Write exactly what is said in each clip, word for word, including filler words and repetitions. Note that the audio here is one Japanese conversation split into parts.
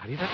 足りない。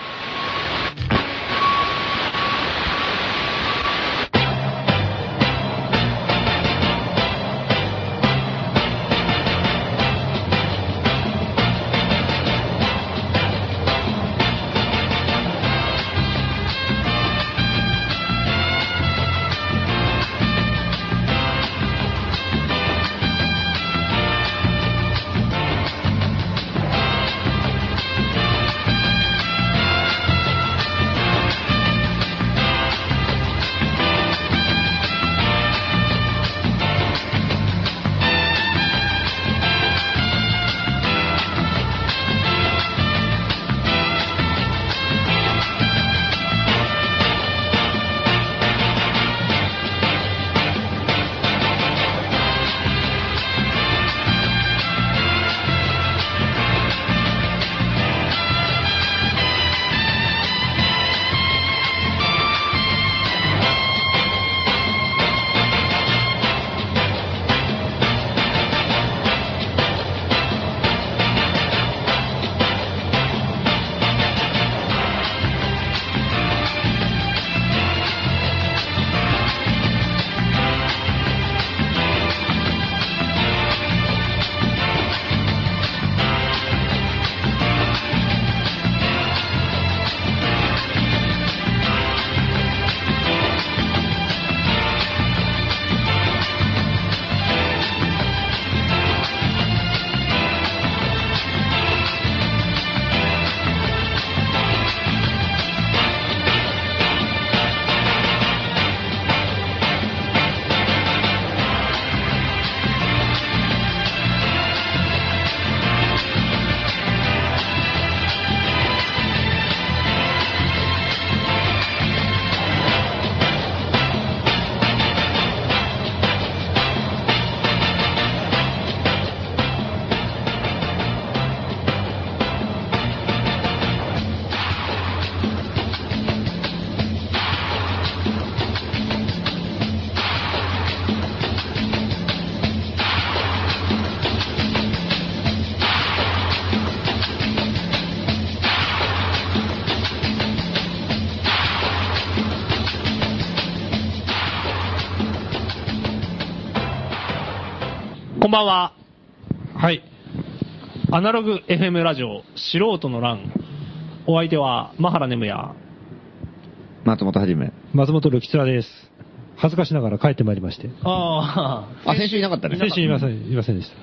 こんばんは。 はい。 アナログ エフエム ラジオ、素人の欄。お相手は、マハラネムヤ。 松本はじめ。 松本るきつらです。恥ずかしながら帰ってまいりまして。 ああ。あ、先週いなかったね。 先週いません、いませんでした。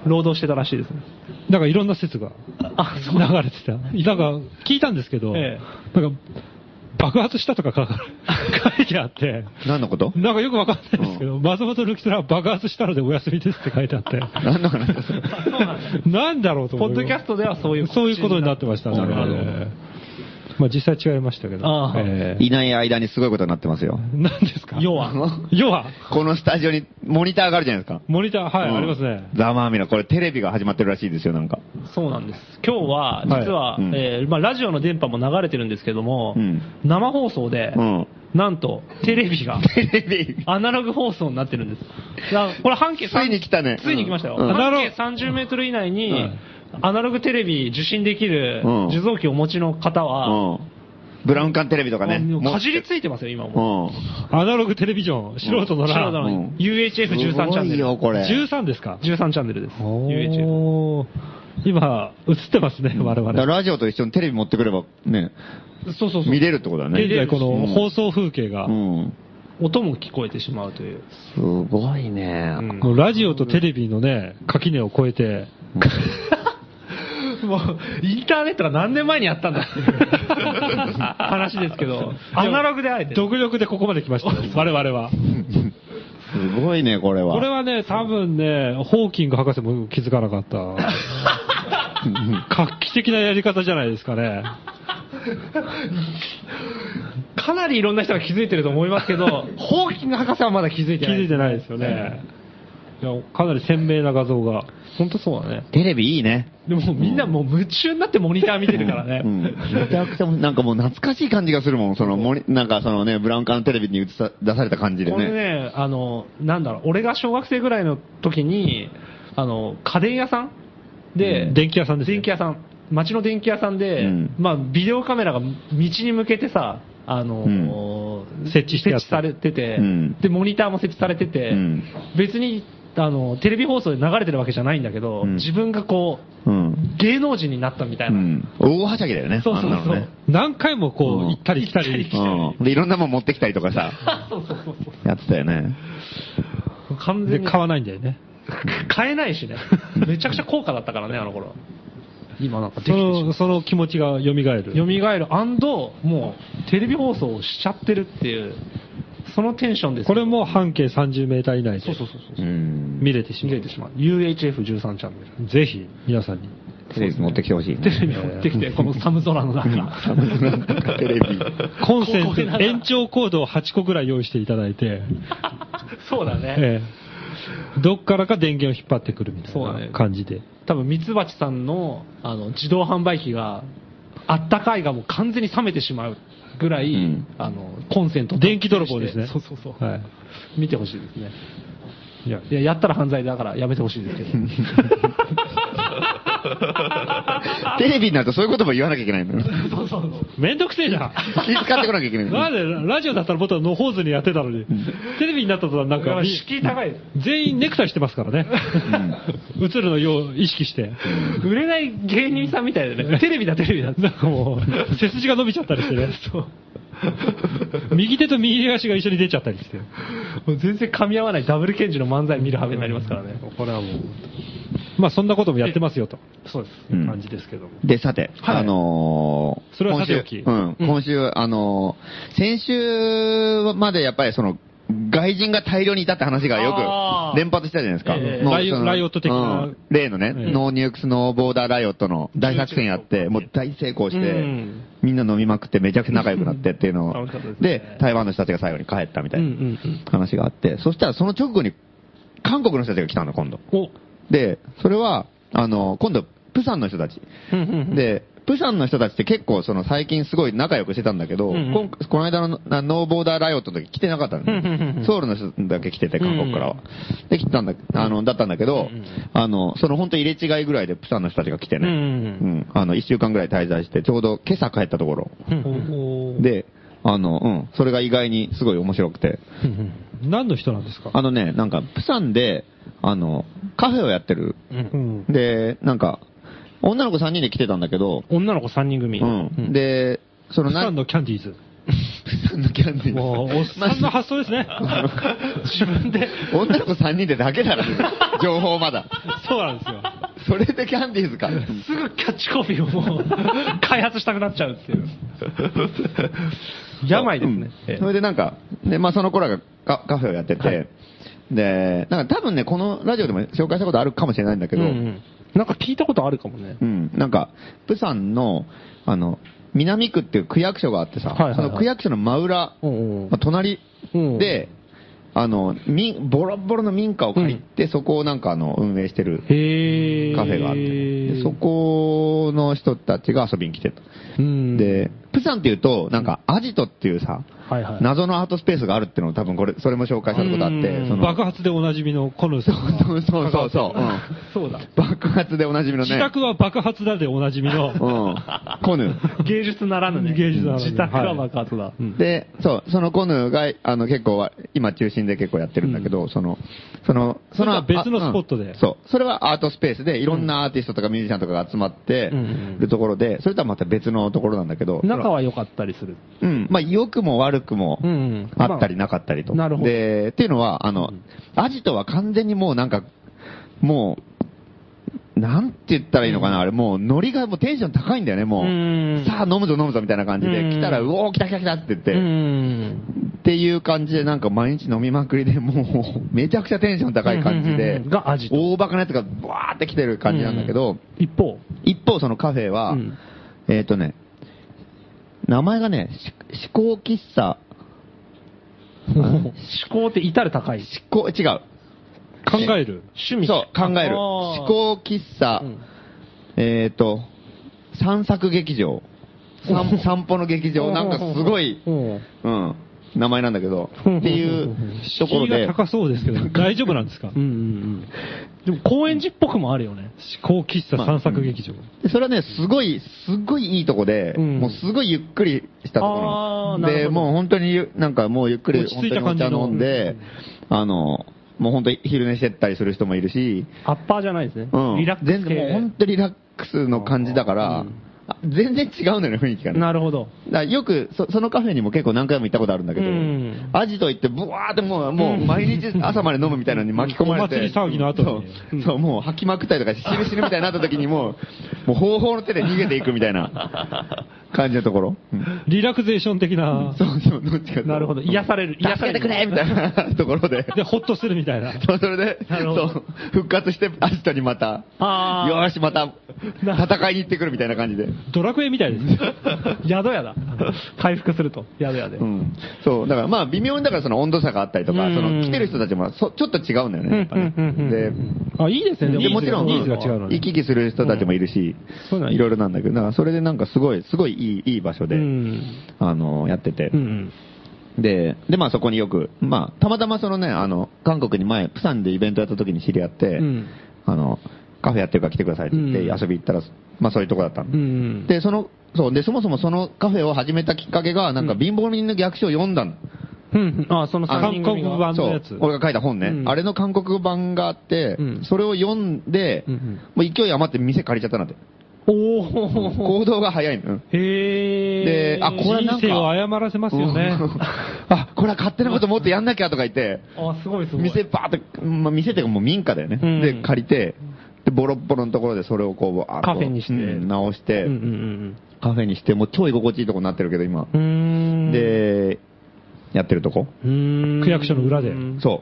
労働してたらしいですね。 なんかいろんな説があ、そう流れてた。なんか聞いたんですけど、ええ、なんか爆発したとか書いてあって。 何のこと？ なんかよくわかんないですけど、うん、松本るきつらは爆発したのでお休みですって書いてあって。 何の話ですか？ なんだろうと思って。 ポッドキャストではそういう、 そういうことになってましたね。まあ実際違いましたけど。 えー、いない間にすごいことになってますよ。 何ですか？ 要は要はこのスタジオにモニターがあるじゃないですか。 モニター、はい、うん、ありますね。 ザ・マーミラ、これテレビが始まってるらしいですよ、なんか。 そうなんです。今日は、実は、はい、えー、まあラジオの電波も流れてるんですけども、うん、生放送で、うん、なんと、テレビが、 テレビアナログ放送になってるんです。これ半径ついに来たね。 ついに来ましたよ。 うん、 半径さんじゅうメートル以内に、うん、アナログテレビ受信できる受像機をお持ちの方は、うん、 ブラウン管テレビとかね。 かじりついてますよ、今も。 うん、アナログテレビジョン、素人の欄。素人の欄。 ユーエイチエフじゅうさん チャンネル。 すごいよ、これ。 じゅうさんですか？ じゅうさん チャンネルです。ユーエイチエフ。 今、映ってますね、我々。 ラジオと一緒にテレビ持ってくればね、 そうそうそう。 見れるってことだね。 現在この放送風景が、うん、 音も聞こえてしまうという。 すごいね。 うん、もうラジオとテレビのね、垣根を越えて、 もう、インターネットが何年前にやったんだっていう話ですけど、アナログであえて。 独力でここまで来ましたよ、我々は。 すごいね、これは。 これはね、多分ね、ホーキング博士も気づかなかった。画期的なやり方じゃないですかね。 かなりいろんな人が気づいてると思いますけど、ホーキング博士はまだ気づいてない。 気づいてないですよね。いや、かなり鮮明な画像が。 本当そうだね。 テレビいいね。 でもみんなもう夢中になってモニター見てるからね。うん。 めちゃくちゃなんかもう懐かしい感じがするもん。そのモニ、なんかそのね、ブラウン管テレビに映さ出された感じでね。 これね、あの、なんだろう、俺が小学生ぐらいの時に、あの、家電屋さんで、 うん、電気屋さんですね。 電気屋さん街の電気屋さんで、うん、まあ、ビデオカメラが道に向けてさ、あのーうん、設置して設置されてて、うん、で、モニターも設置されてて、うん、別に、あの、テレビ放送で流れてるわけじゃないんだけど、うん、自分がこう、うん、芸能人になったみたいな。うん、 大はしゃぎだよね。 そうそうそう。ね、 何回もこう、うん、行ったり来たり。 うん、で、いろんなもん持ってきたりとかさ、そうそうそうそうやってたよね。 完全に。買わないんだよね。 買えないしね。めちゃくちゃ高価だったからね、あの頃。今なんかできてその、その気持ちが蘇る。 蘇る。もう、テレビ放送をしちゃってるっていう。そのテンションです。 これも半径さんじゅうメーター以内でそうそうそうそう。 見れてしまう。 見れてしまう。ユーエイチエフじゅうさん チャンネル。 ぜひ、皆さんに。 テレビ持ってきてほしい、 ね。テレビ持ってきて、この寒空の中。寒空の中、 テレビ。コンセント、延長コードをはちこぐらい用意していただいて。 そうだね。 ええ、どっからか電源を引っ張ってくるみたいな感じで。 ね、多分、ミツバチさんの、あの、自動販売機が、あったかいがもう完全に冷めてしまう。ぐらい、うん、あの、コンセント電気泥棒ですね。 そうそうそう。はい。見てほしいですね。いや、いや、やったら犯罪だからやめてほしいですけど。 テレビになるとそういうことも言わなきゃいけないんだよ。 そうそうそう。 めんどくせえじゃん。 気使ってこなきゃいけない。 なんで、ラジオだったらもっとのほうずにやってたのに、テレビになったとなんか、 敷居高い。 全員ネクタイしてますからね。うん、映るのよう意識して。 売れない芸人さんみたいでね。テレビだ、テレビだ。 なんかもう、背筋が伸びちゃったりしてね。そう。右手と右足が一緒に出ちゃったりして。 もう全然噛み合わないダブルケンジの漫才見る羽目になりますからね。 これはもう。まあそんなこともやってますよと。そうです。うん、感じですけども。 で、さて、はい、あのー、それはさておき。 うん。今週、あのー、先週までやっぱりその、外人が大量にいたって話がよく連発したじゃないですか。 えー、ライライオット的な、うん、 例のね、えー、ノーニュークスノーボーダーライオットの大作戦やって、もう大成功して、うん、みんな飲みまくってめちゃくちゃ仲良くなってっていうのを、で、台湾の人たちが最後に帰ったみたいな話があって、そしたらその直後に韓国の人たちが来たの、今度。で、それは、あの、今度、プサンの人たち。で、プサンの人たちって結構その最近すごい仲良くしてたんだけど、うんうん、こ, この間のノーボーダーライオットの時来てなかったんです、ソウルの人だけ来てて、韓国からは。で、来てたんだ、あの、だったんだけど、うんうん、あの、その本当入れ違いぐらいでプサンの人たちが来てね、うんうんうん、あの、一週間ぐらい滞在して、ちょうど今朝帰ったところ。うん、で、あの、うん、それが意外にすごい面白くて。 何の人なんですか？ あのね、なんか、プサンで、あの、カフェをやってる。うん、で、なんか、女の子さんにんで来てたんだけど。 女の子さんにん組。うん。で、そのプサンのキャンディーズ。 プサンのキャンディーズ。 もう、おっさんの発想ですね。 自分で。 女の子さんにんでだけだろ、情報まだ。 そうなんですよ。 それでキャンディーズか。 すぐキャッチコピーをもう、開発したくなっちゃうっていう。病ですね。 うん、それでなんか、で、まあその頃がカカフェをやってて、はい、で、なんか多分ね、このラジオでも紹介したことあるかもしれないんだけど、うんうん、 なんか聞いたことあるかもね。 うん。なんか、プサンの、あの、南区っていう区役所があってさ、はいはいはい、その区役所の真裏、うんうんまあ、隣で、うん、あの、民、ボロボロの民家を借りて、うん、そこをなんかあの、運営してるカフェがあって、でそこの人たちが遊びに来てた。うん、で、プサンっていうと、なんか、アジトっていうさ、はいはい、謎のアートスペースがあるっていうのを多分これ、それも紹介したことあって、 その爆発でおなじみのコヌさん。 そうそうそうそう、うん。 そうだ。 爆発でおなじみのね。 自宅は爆発だでおなじみの。うん。 コヌ。 芸術ならぬね。 芸術ならぬ。 自宅は爆発だ。はい、 で、そう、そのコヌが、あの結構、今中心で結構やってるんだけど、うん、その、その、 その別のスポットで、うん。 そう。それはアートスペースで、いろんなアーティストとかミュージシャンとかが集まってるところで、それとはまた別のところなんだけど。 仲は良かったりする。 うん。まあ、良くも悪くも、あったりなかったりと。 なるほど。 で、っていうのは、あの、アジトは完全にもうなんか、もう、なんて言ったらいいのかな、あれ、もう、ノリがもうテンション高いんだよね、もう。うさあ、飲むぞ飲むぞみたいな感じで、来たら、うおー、来た来た来たって言って、っていう感じで、なんか毎日飲みまくりで、もう、めちゃくちゃテンション高い感じで、 がアジト。 大バカなやつが、バーって来てる感じなんだけど、 一方。 一方、そのカフェは、えっとね、名前がね、思考喫茶、 思考って至る高い。 思考、違う。 考える。 趣味。 そう、考える。思考喫茶、うん、えっ、ー、と、散策劇場。散散歩の劇場。なんかすごい、うん、名前なんだけど、っていうところで。 敷居が高そうですけど、大丈夫なんですかうんうんうん。 でも高円寺っぽくもあるよね。 思考喫茶散策劇場、まあうん、それはね、すごい、すごいいいとこで、うん、もうすごいゆっくりしたところ。で、もう本当になんかもうゆっくり落ち着いた感じの本当にお茶飲んで、うん、あの、もう本当に昼寝してったりする人もいるし。 アッパーじゃないですね。 うん。 リラックス系。 全然もう本当にリラックスの感じだから、全然違うのよね、雰囲気がね。 なるほど。 だよくそ、そのカフェにも結構何回も行ったことあるんだけど、うん、アジト行ってブワーってもう、もう毎日朝まで飲むみたいなのに巻き込まれて。 お祭り騒ぎの後に、ね。 そう、そう、もう吐きまくったりとか死ぬ死ぬみたいになった時にもう、もう方法の手で逃げていくみたいな感じのところ。うん、 リラクゼーション的な。 そうそう、どっちか。 なるほど。癒される。 癒されてくれみたいなところで。 で、ホッとするみたいな。 そう、それで、そう、復活してアジトにまた、あよーし、また、戦いに行ってくるみたいな感じで。 ドラクエみたいです。 宿屋だ。回復すると、宿屋で。 うん。そう、だからまあ微妙にだからその温度差があったりとか、その来てる人たちもそちょっと違うんだよね、やっぱね。で、 あ、いいですね、 でもちろん、 ニーズが違うの行き来する人たちもいるし、いろいろなんだけど、だからそれでなんかすごい、すごいいい、いい場所で、あの、やってて。で、で、まあそこによく、まあ、たまたまそのね、あの、韓国に前、プサンでイベントやった時に知り合って、あの、カフェやってるから来てくださいって言って遊び行ったら、まあそういうとこだったの。うん、で、その、そう、で、そもそもそのカフェを始めたきっかけが、なんか貧乏人の逆襲を読んだの。 うん、あ、その韓国版のやつ。 そう、俺が書いた本ね。うん、あれの韓国版があって、うん、それを読んで、うん、もう勢い余って店借りちゃったなって。おー。行動が早いの。 へー。で、あ、これなんか。 人生を誤らせますよね。 あ、これは勝手なこともっとやんなきゃとか言って、 あ、すごいすごい。 店バーって、まあ店っていうかもう民家だよね。うん、で、借りて、で、ボロッボロのところでそれをこう、あカフェにして、 うん、直して、うんうんうん、カフェにして、もう超居心地いいとこになってるけど、今。 うーんで、やってるとこ。 うーん区役所の裏で。 そう。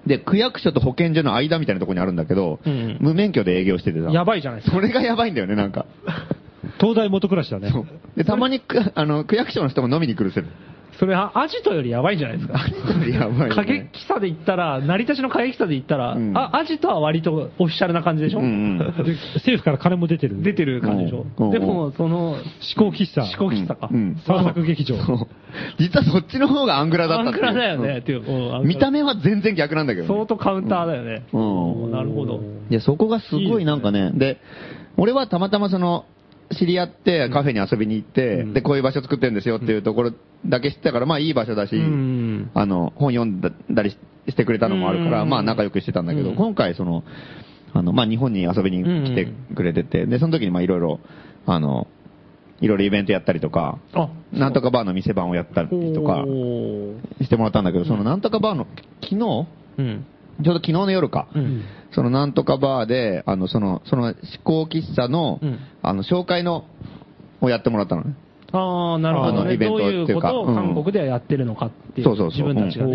で、区役所と保健所の間みたいなところにあるんだけど、うんうん、無免許で営業しててさ。 やばいじゃないですか。 それがやばいんだよね、なんか。 東大元暮らしだね。そう。 で、たまに、あの、区役所の人も飲みに来るせる。 それはアジトよりやばいんじゃないですか。 アジトよりやばい、ね。 過激さで言ったら、成り立ちの過激さで言ったら、うん、あ、アジトは割とオフィシャルな感じでしょ、うんうん、 で政府から金も出てる。 出てる感じでしょ、うん、でも、その、 思考喫茶。 思考喫茶か。 うん。散策劇場。 実はそっちの方がアングラだったっていう。 アングラだよね。っていう、 見た目は全然逆なんだけど、ね。 相当カウンターだよね。うん。なるほど。 で、そこがすごいなんかね、いいで、ね、で、俺はたまたまその、知り合ってカフェに遊びに行って、うん、で、こういう場所作ってるんですよっていうところだけ知ってたから、まあいい場所だし、うん、あの、本読んだりしてくれたのもあるから、うん、まあ仲良くしてたんだけど、うん、今回その、あの、まあ日本に遊びに来てくれてて、で、その時にまあいろいろ、あの、いろいろイベントやったりとか、なんとかバーの店番をやったりとか、してもらったんだけど、そのなんとかバーの、昨日、うんちょうど昨日の夜か、うん、そのなんとかバーで、あの、その、その、思考喫茶の、うん、あの、紹介の、をやってもらったのね。 ああ、なるほど、ね。イベントっていうか。どういうことを韓国ではやってるのかっていう。 そうそうそう。 自分たちがね、うん。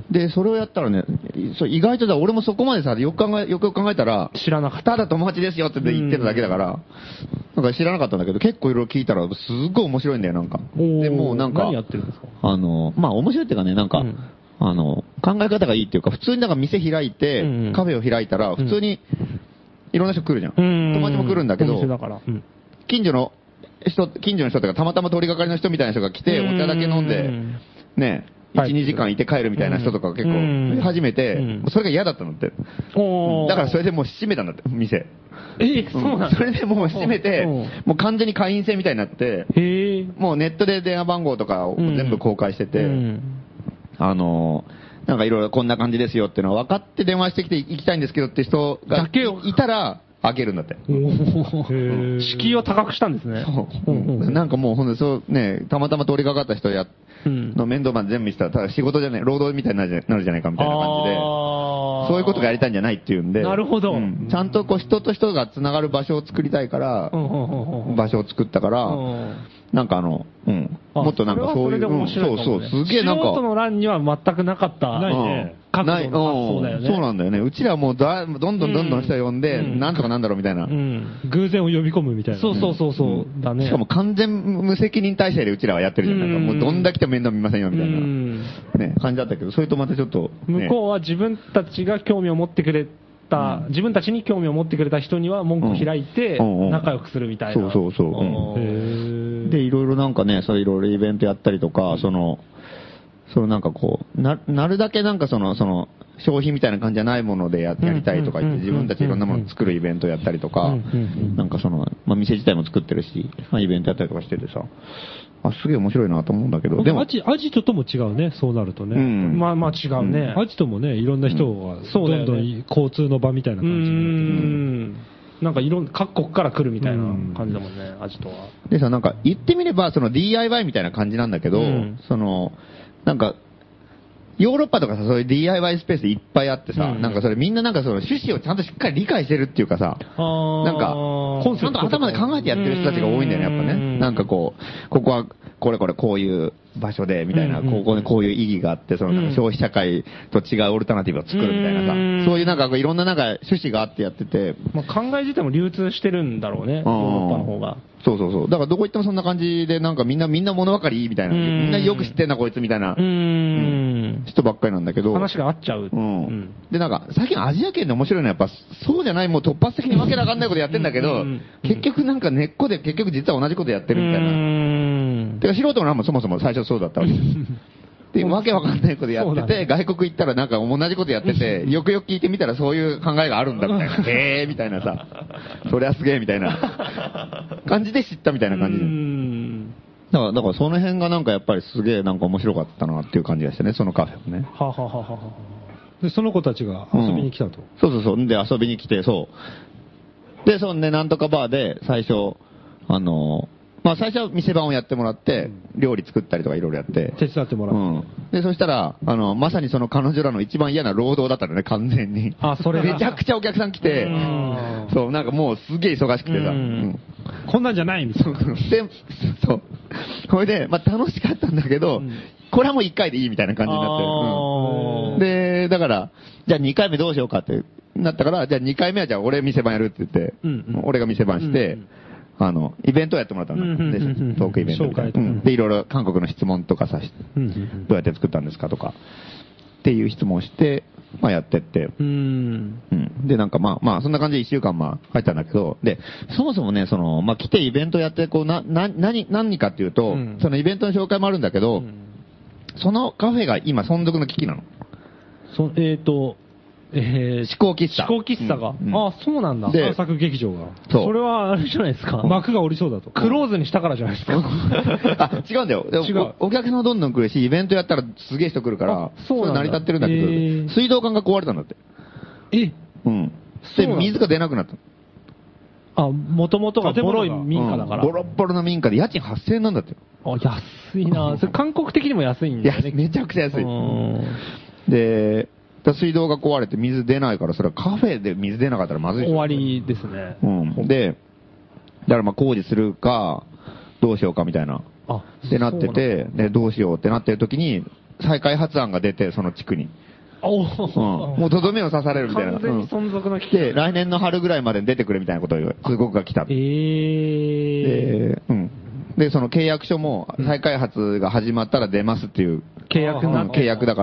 で、それをやったらね、そう意外とだ、俺もそこまでさ、よく考え、よくよく考えたら、 知らなかった。 ただ友達ですよって言ってただけだから、なんか知らなかったんだけど、結構いろいろ聞いたら、すっごい面白いんだよ、なんか。で、もうなんか、 何やってるんですか？ あの、まあ面白いっていうかね、なんか、うんあの、考え方がいいっていうか、普通になんか店開いて、うんうん、カフェを開いたら、普通に、いろんな人来るじゃん。うん、友達も来るんだけど、 だからうん、 近所の人、近所の人っていうか、たまたま通りがかりの人みたいな人が来て、お茶だけ飲んで、ね、いち、にじかんいて帰るみたいな人とかが結構、初めて、それが嫌だったのって。だからそれでもう閉めたんだって、店。 え、そうなんだ。 それでもう閉めて、もう完全に会員制みたいになって、もうネットで電話番号とかを全部公開してて、あのー、なんかいろいろこんな感じですよっていうのは分かって電話してきて行きたいんですけどって人がいたら、あげるんだって。 敷居を高くしたんですね。 そう。うんうん、なんかもうほんとそうね、たまたま通りかかった人や、うん、の面倒まで全部見せたら、ただ仕事じゃない、労働みたいになるじゃないじゃないかみたいな感じで、そういうことがやりたいんじゃないっていうんで、 なるほど、 うん。ちゃんとこう人と人が繋がる場所を作りたいから、場所を作ったから、なんかあの、うん。もっとなんかそういう、うん、そうそう、すげえなんか。 素人の欄には全くなかった。 ないね。 ない、うん、そうだよね。 そうなんだよね。うちらはもうだ、どんどんどんどん人呼んで、うん、なんとかなんだろうみたいな、うん。 偶然を呼び込むみたいな。 そうそうそうそう、うん、だね。 しかも完全無責任体制でうちらはやってるじゃないですか。もうどんだけ来ても面倒見ませんよみたいな、うん、ね、感じだったけど、それとまたちょっと、 ね、向こうは自分たちが興味を持ってくれた、うん、自分たちに興味を持ってくれた人には門戸を開いて仲良くするみたいな。 うん、そうそうそう。うん、で、いろいろなんかね、そういろいろイベントやったりとか、その、 そのなんかこう、な、なるだけなんかその、その、消費みたいな感じじゃないもので や, やりたいとか言って、自分たちいろんなものを作るイベントやったりとか、なんかその、まあ、店自体も作ってるし、まあ、イベントやったりとかしててさ、あ、すげえ面白いなと思うんだけど、 でも。アジ、アジトとも違うね、そうなるとね。 うん、まあまあ違うね。 アジトもね、いろんな人が、どんどん交通の場みたいな感じになってる。 なんかいろんな、各国から来るみたいな感じだもんね、アジトは。 でさ、なんか言ってみれば、その ディーアイワイ みたいな感じなんだけど、うん、その、なんか、ヨーロッパとかさ、そういう ディーアイワイ スペースいっぱいあってさ、うん、なんかそれみんななんかその趣旨をちゃんとしっかり理解してるっていうかさ、なんか、ちゃんと頭で考えてやってる人たちが多いんだよね、やっぱね。なんかこう、ここは、これこれこういう場所で、みたいな、ここでこういう意義があって、そのなんか消費社会と違うオルタナティブを作るみたいなさ、そういうなんかいろんななんか趣旨があってやってて。 まあ、考え自体も流通してるんだろうね、ヨーロッパの方が。 そうそうそう。だからどこ行ってもそんな感じで、なんかみんなみんな物分かりいいみたいな、みんなよく知ってんなこいつみたいな、うん、人ばっかりなんだけど。 話が合っちゃう。うん。 で、なんか、最近アジア圏で面白いのはやっぱ、そうじゃない、もう突発的にわけわかんないことやってんだけど、結局なんか根っこで結局実は同じことやってるみたいな。てか素人の欄もそもそも最初そうだったわけです。で、わけわかんないことやってて、外国行ったらなんか同じことやってて、よくよく聞いてみたらそういう考えがあるんだみたいな。へーみたいなさ、そりゃすげーみたいな感じで知ったみたいな感じで。だから、だからその辺がなんかやっぱりすげーなんか面白かったなっていう感じがしてね、そのカフェもね。 ははははは。 で、その子たちが遊びに来たと。うん、 そうそうそう。で、遊びに来て、そう。で、そんで、なんとかバーで最初、あの、まあ最初は店番をやってもらって、料理作ったりとかいろいろやって。 手伝ってもらって。うん。 で、そしたら、あの、まさにその彼女らの一番嫌な労働だったのね、完全に。 あ、それめちゃくちゃお客さん来て、そう、なんかもうすげえ忙しくてさ。うん、 こんなんじゃないみたいな。 で、そう。これで、まあ楽しかったんだけど、うん、これはもう一回でいいみたいな感じになってる。うん、で、だから、じゃあ二回目どうしようかってなったから、じゃあ二回目はじゃあ俺店番やるって言って、うんうん、俺が店番して、うんうん、あの、イベントをやってもらったんだ。で、トークイベントみたいな。うん、で、いろいろ韓国の質問とかさ、どうやって作ったんですかとか、っていう質問をして、まあやってって。うん、うん。で、なんかまあ、まあ、そんな感じで一週間まあ入ったんだけど、で、そもそもね、その、まあ来てイベントやって、こう、な、な、何、何かっていうと、うん、そのイベントの紹介もあるんだけど、うん、そのカフェが今存続の危機なの。 そ、えっ、ー、と、えー、思考喫茶。 思考喫茶が。うん、ああ、そうなんだ。 散策劇場が。 そう。それはあれじゃないですか。 幕が降りそうだと。 クローズにしたからじゃないですか。 あ、違うんだよ。でも違うお。お客さんどんどん来るし、イベントやったらすげえ人来るから、そう成り立ってるんだけど、えー、水道管が壊れたんだって。 えうん。で、水が出なくなった。 あ、もともとがボロい民家だから、 うん。ボロッボロの民家で家賃はっせんえんなんだって。 あ、安いな。それ韓国的にも安いんだよね。 めちゃくちゃ安い。で、水道が壊れて水出ないから、それはカフェで水出なかったらまずい。 終わりですね。 うん。で、だからまあ工事するか、どうしようかみたいな。あ、ってなってて、で、どうしようってなってる時に、再開発案が出て、その地区に。 おうん、もうとどめを刺されるみたいな。 完全に存続の危機、 うん、で、来年の春ぐらいまで出てくれみたいなことを通告が来た。 えー。 で、うん。で、その契約書も再開発が始まったら出ますっていう。 契約な、うん、契約だから、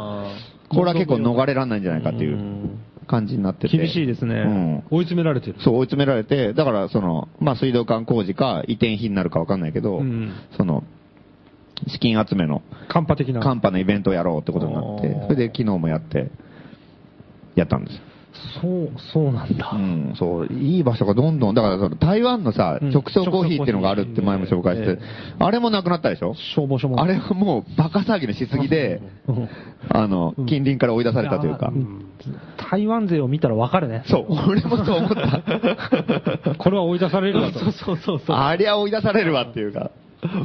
これは結構逃れられないんじゃないかっていう感じになってて。 厳しいですね。 うん、 追い詰められてる。 そう、追い詰められて、だからその、まあ水道管工事か移転費になるかわかんないけど、うん、その、資金集めの、 カンパ的な。 カンパのイベントをやろうってことになって、それで昨日もやって、やったんです。 そう、そうなんだ。 うん、そう、いい場所がどんどん、だからその台湾のさ、直送コーヒーっていうのがあるって前も紹介して、あれもなくなったでしょ？ 消防署も。 あれはもうバカ騒ぎのしすぎで、あの、近隣から追い出されたというか。 台湾勢を見たらわかるね。 そう、俺もそう思った。 これは追い出されるわと。 そうそうそうそう。 ありゃ追い出されるわっていうか。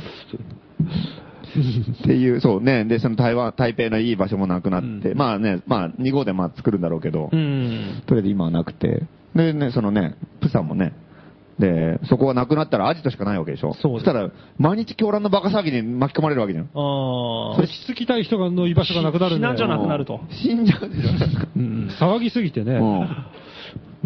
っていう、そうね。で、その台湾、台北のいい場所もなくなって、うん、まあね、まあに号でまあ作るんだろうけど、うん、とりあえず今はなくて。でね、そのね、プサンもね、で、そこがなくなったらアジトしかないわけでしょ。そう。そしたら、毎日狂乱のバカ騒ぎに巻き込まれるわけじゃん。ああ。それ、しつきたい人の居場所がなくなるんだよ。 死なんじゃなくなると。 死んじゃうでしょ。 うん、騒ぎすぎてね。うん、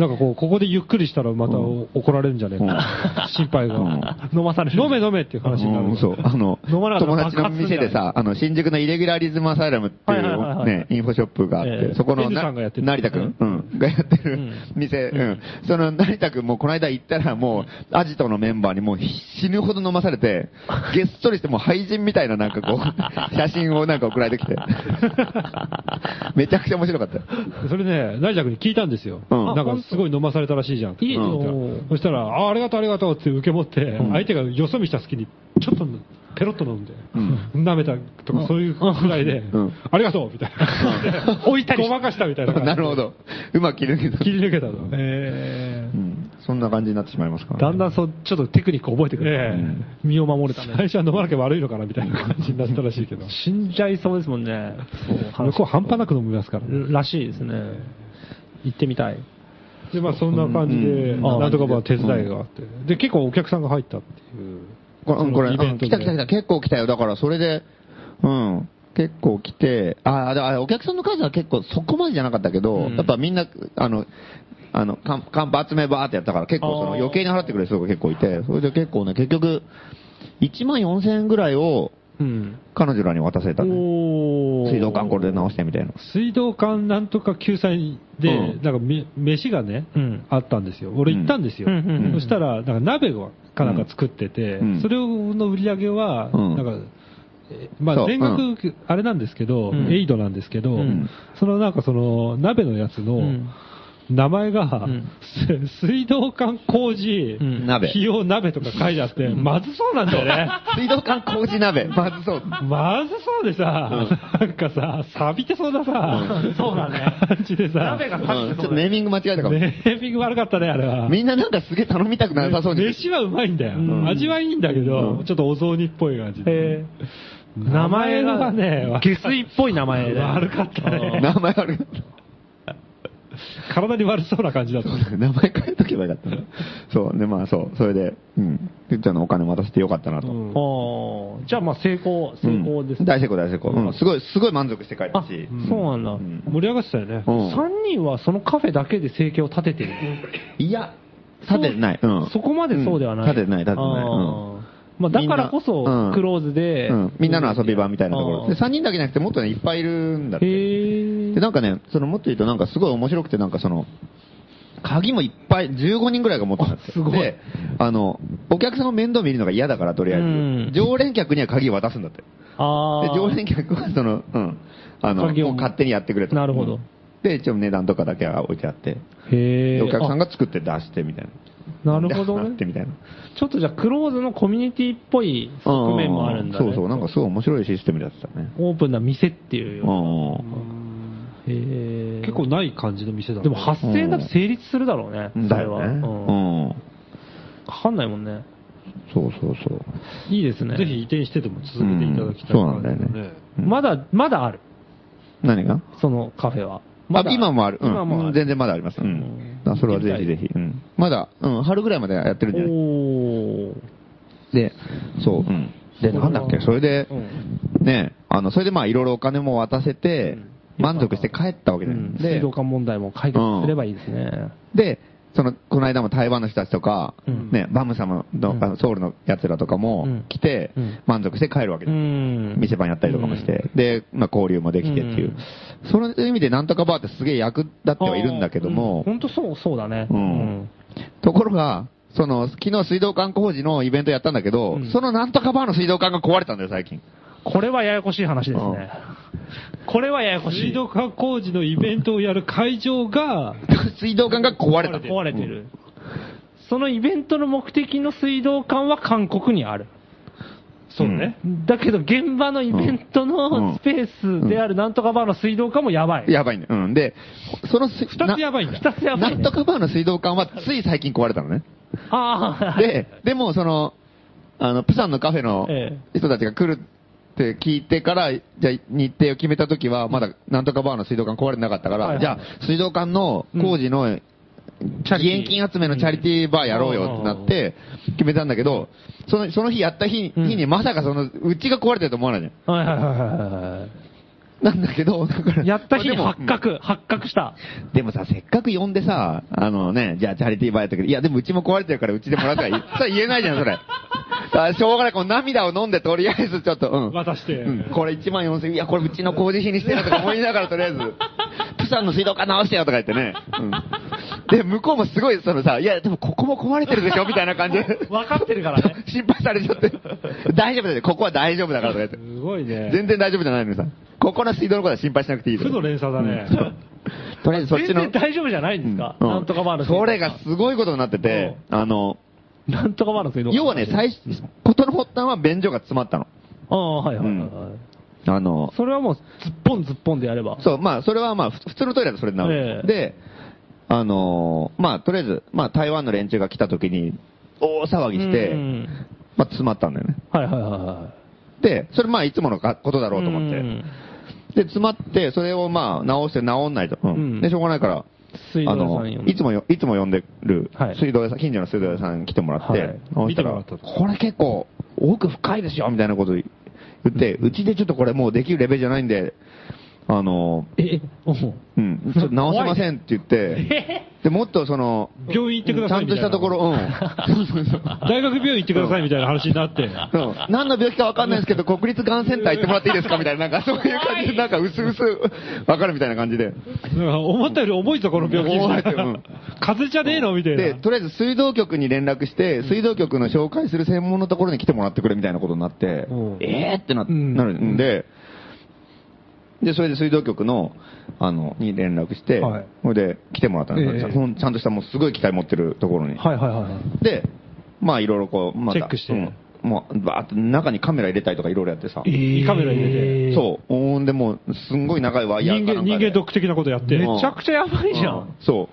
なんかこう、ここでゆっくりしたらまた怒られるんじゃねえかな。心配が。 飲まされる。 飲め飲めっていう話になる。 そう。あの、友達の店でさ、あの、新宿のイレギュラリズムアサイラムっていうね、インフォショップがあって、そこの、成田くんがやってる店、うん。その成田くんもこの間行ったらもう、アジトのメンバーにもう死ぬほど飲まされて、げっそりしてもう廃人みたいななんかこう、写真をなんか送られてきて。めちゃくちゃ面白かった。 それね、成田くんに聞いたんですよ。なんかすごい飲まされたらしいじゃん。いいよ。そしたら、あありがとうありがとうって受け持って、相手がよそ見した隙に、ちょっとペロッと飲んで、舐めたとかそういうくらいで、ありがとうみたいな。置いたりごまかしたみたいな。 なるほど。うまく切り抜けた。 切り抜けたの。へそんな感じになってしまいますから。 だんだんそう、ちょっとテクニック覚えてくる。身を守るために。 最初は飲まなきゃ悪いのかなみたいな感じになったらしいけど。 死んじゃいそうですもんね。 向こう半端なく飲みますから。 らしいですね。行ってみたい。 で、まあそんな感じで、なんとかまあ手伝いがあって。で、結構お客さんが入ったっていう。 これ、これ、来た来た来た、結構来たよ。だからそれで、うん。結構来て、ああ、お客さんの数は結構そこまでじゃなかったけど、やっぱみんな、あの、あの、カンパ集めバーってやったから結構その余計に払ってくれる人が結構いて、それで結構ね、結局、いちまんよんせんえんぐらいを、彼女らに渡せたね。水道管これで直してみたいな。 水道管なんとか救済で、なんかめ、飯がね、あったんですよ。俺行ったんですよ。そしたら、なんか鍋かなんか作ってて、それの売り上げは、なんか、まあ全額あれなんですけど、エイドなんですけど、そのなんかその鍋のやつの、名前が、うん、水道管工事、うん、鍋。費用鍋とか書いてあって、まずそうなんだよね。 水道管工事鍋。まずそう。 まずそうでさ、うん、なんかさ、錆びてそうなさ、 うん、そうだね。 感じでさ、 鍋が錆びてそう、 うん。ちょっとネーミング間違えたかも。 ネーミング悪かったね、あれは。 みんななんかすげえ頼みたくなさそうに。 飯はうまいんだよ。うん、味はいいんだけど、うん、ちょっとお雑煮っぽい感じで。名前がね、 下水っぽい名前で。 悪かったね。 名前悪かった。 体に悪そうな感じだった。 名前変えとけばよかったな。そう。で、まあそう。それで、うん。てっちゃんのお金渡してよかったなと。 うん、じゃあまあ成功、成功ですね、 うん。大成功、大成功。うん。すごい、すごい満足して帰ったし。 うん、そうなんだ、うん。 盛り上がってたよね。 うん、さんにんはそのカフェだけで生計を立ててる。 いや、立ててない。うん。 そこまでそうではない。 立ててない、立ててない。うん。 まあ、だからこそ、クローズで、 うんうん、みんなの遊び場みたいなところ。で、さんにんだけじゃなくて、もっとね、いっぱいいるんだって。で、なんかね、その、もっと言うと、なんかすごい面白くて、なんかその、鍵もいっぱい、じゅうごにんぐらいが持ってたんですよ。すごい。で、あの、お客さんの面倒見るのが嫌だから、とりあえず。うん、常連客には鍵を渡すんだって。あで、常連客は、その、うん、あの、もう勝手にやってくれと。 なるほど。 で、一応値段とかだけは置いてあって。へで、お客さんが作って出してみたいな。 なるほどね。 ってみたいな。 ちょっとじゃあクローズのコミュニティっぽい側面もあるんだね。 そうそう、なんかすごい面白いシステムだったね。 オープンな店っていうような。へ結構ない感じの店だね。 でも発生だと成立するだろうね。 だよね。うん。 かかんないもんね。 そうそうそう。 いいですね。 ぜひ移転してでも続けていただきたい。 そうなんだよね。 まだ、まだある。 何がそのカフェは。 あ、今もある。今もある。全然まだあります。うん。それはぜひぜひ。うん。まだ、うん、春ぐらいまでやってるんじゃないおで、そう。うん。で、なんだっけ、それで、ね、あの、それでまあいろいろお金も渡せて、満足して帰ったわけで。 水道管問題も解決すればいいですね。 で、その、この間も台湾の人たちとか、ね、バム様の、あの、ソウルの奴らとかも来て、満足して帰るわけです。店番やったりとかもして、で、まあ交流もできてっていう。その意味でなんとかバーってすげえ役立ってはいるんだけども、 本当そう、そうだね。 うん。ところが、その、昨日水道管工事のイベントやったんだけど、そのなんとかバーの水道管が壊れたんだよ、最近。 これはややこしい話ですね。これはややこしい。 水道管工事のイベントをやる会場が、 水道管が壊れた。 壊れてる。そのイベントの目的の水道管は韓国にある。 そうね。 だけど現場のイベントのスペースであるなんとかバーの水道管もやばい。 やばいね。うん。で、その二つやばいんだ。 二つやばい。 なんとかバーの水道管はつい最近壊れたのね。ああ。で、でもその、あの、プサンのカフェの人たちが来るって聞いてから、じゃあ日程を決めた時は、まだなんとかバーの水道管壊れてなかったから、じゃあ水道管の工事の、義援金集めのチャリティーバーやろうよってなって決めたんだけど、その、その日やった日日にまさかその、うちが壊れてると思わないじゃん。はいはいはいはい。 なんだけど、だから。 やった日に発覚、発覚した。 でもさ、せっかく呼んでさ、あのね、じゃあチャリティーバーやったけど、いやでもうちも壊れてるからうちでもらったら、それ言えないじゃん、それ。あしょうがない、この涙を飲んでとりあえずちょっと、うん。 渡して。 うん。これいちまんよんせん、いや、これうちの工事費にしてるとか思いながらとりあえず、プサンの水道管直してよとか言ってね。うん。で、向こうもすごい、そのさ、いや、でもここも壊れてるでしょみたいな感じで。 分かってるからね。 心配されちゃって。大丈夫だよ、ここは大丈夫だからとか言って。 すごいね。 全然大丈夫じゃないのにさ。ここの水道のことは心配しなくていい負の連鎖だね。 とりあえずそっちの。 全然大丈夫じゃないんですか、 うん、 なんとかバーの水道。それがすごいことになってて、あの、 なんとかバーの水道。 要はね、最初、ことの発端は便所が詰まったの。 ああ、はいはいはい、はい。 あの、 それはもう、ずっぽんずっぽんでやれば。 そう、まあ、それはまあ、普通のトイレだとそれになる。えー、で、あのー、まあ、とりあえず、まあ、台湾の連中が来た時に、大騒ぎして、まあ、詰まったんだよね。 はいはいはいはい。 で、それまあ、いつものことだろうと思って。で、詰まって、それをまあ、直して直んないと。うん、で、しょうがないから、 水道屋さん呼んで。 あの、いつもよ、いつも呼んでる、水道屋さん、近所の水道屋さん来てもらって、はい、見てもらった。これ結構、奥深いですよ、みたいなこと言って、うちでちょっとこれもうできるレベルじゃないんで、あの、 え、 うん、ちょっと直せませんって言って、で、もっとその、 病院行ってください。 ちゃんとしたところ、うん。 大学病院行ってくださいみたいな話になって。うん。 何の病気かわかんないですけど、国立がんセンター行ってもらっていいですかみたいな、なんかそういう感じで、なんか薄々わかるみたいな感じで。 思ったより重いぞ、この病気。うん、風邪じゃねえのみたいな。 で、とりあえず水道局に連絡して、水道局の紹介する専門のところに来てもらってくれみたいなことになって、えーってな、なるんで、で、それで水道局の、あの、に連絡して、はい、それで来てもらったんですよ、えー、ちゃんとしたもうすごい機械持ってるところに。 はいはいはい。 で、まあいろいろこう、またチェックして。うん、 もう、バーって中にカメラ入れたりとかいろいろやってさ。 えー、カメラ入れて。 そう。んでもう、すんごい長いワイヤーかなんかで。人間、人間ドック的なことやって。 めちゃくちゃやばいじゃん。うん、 そう。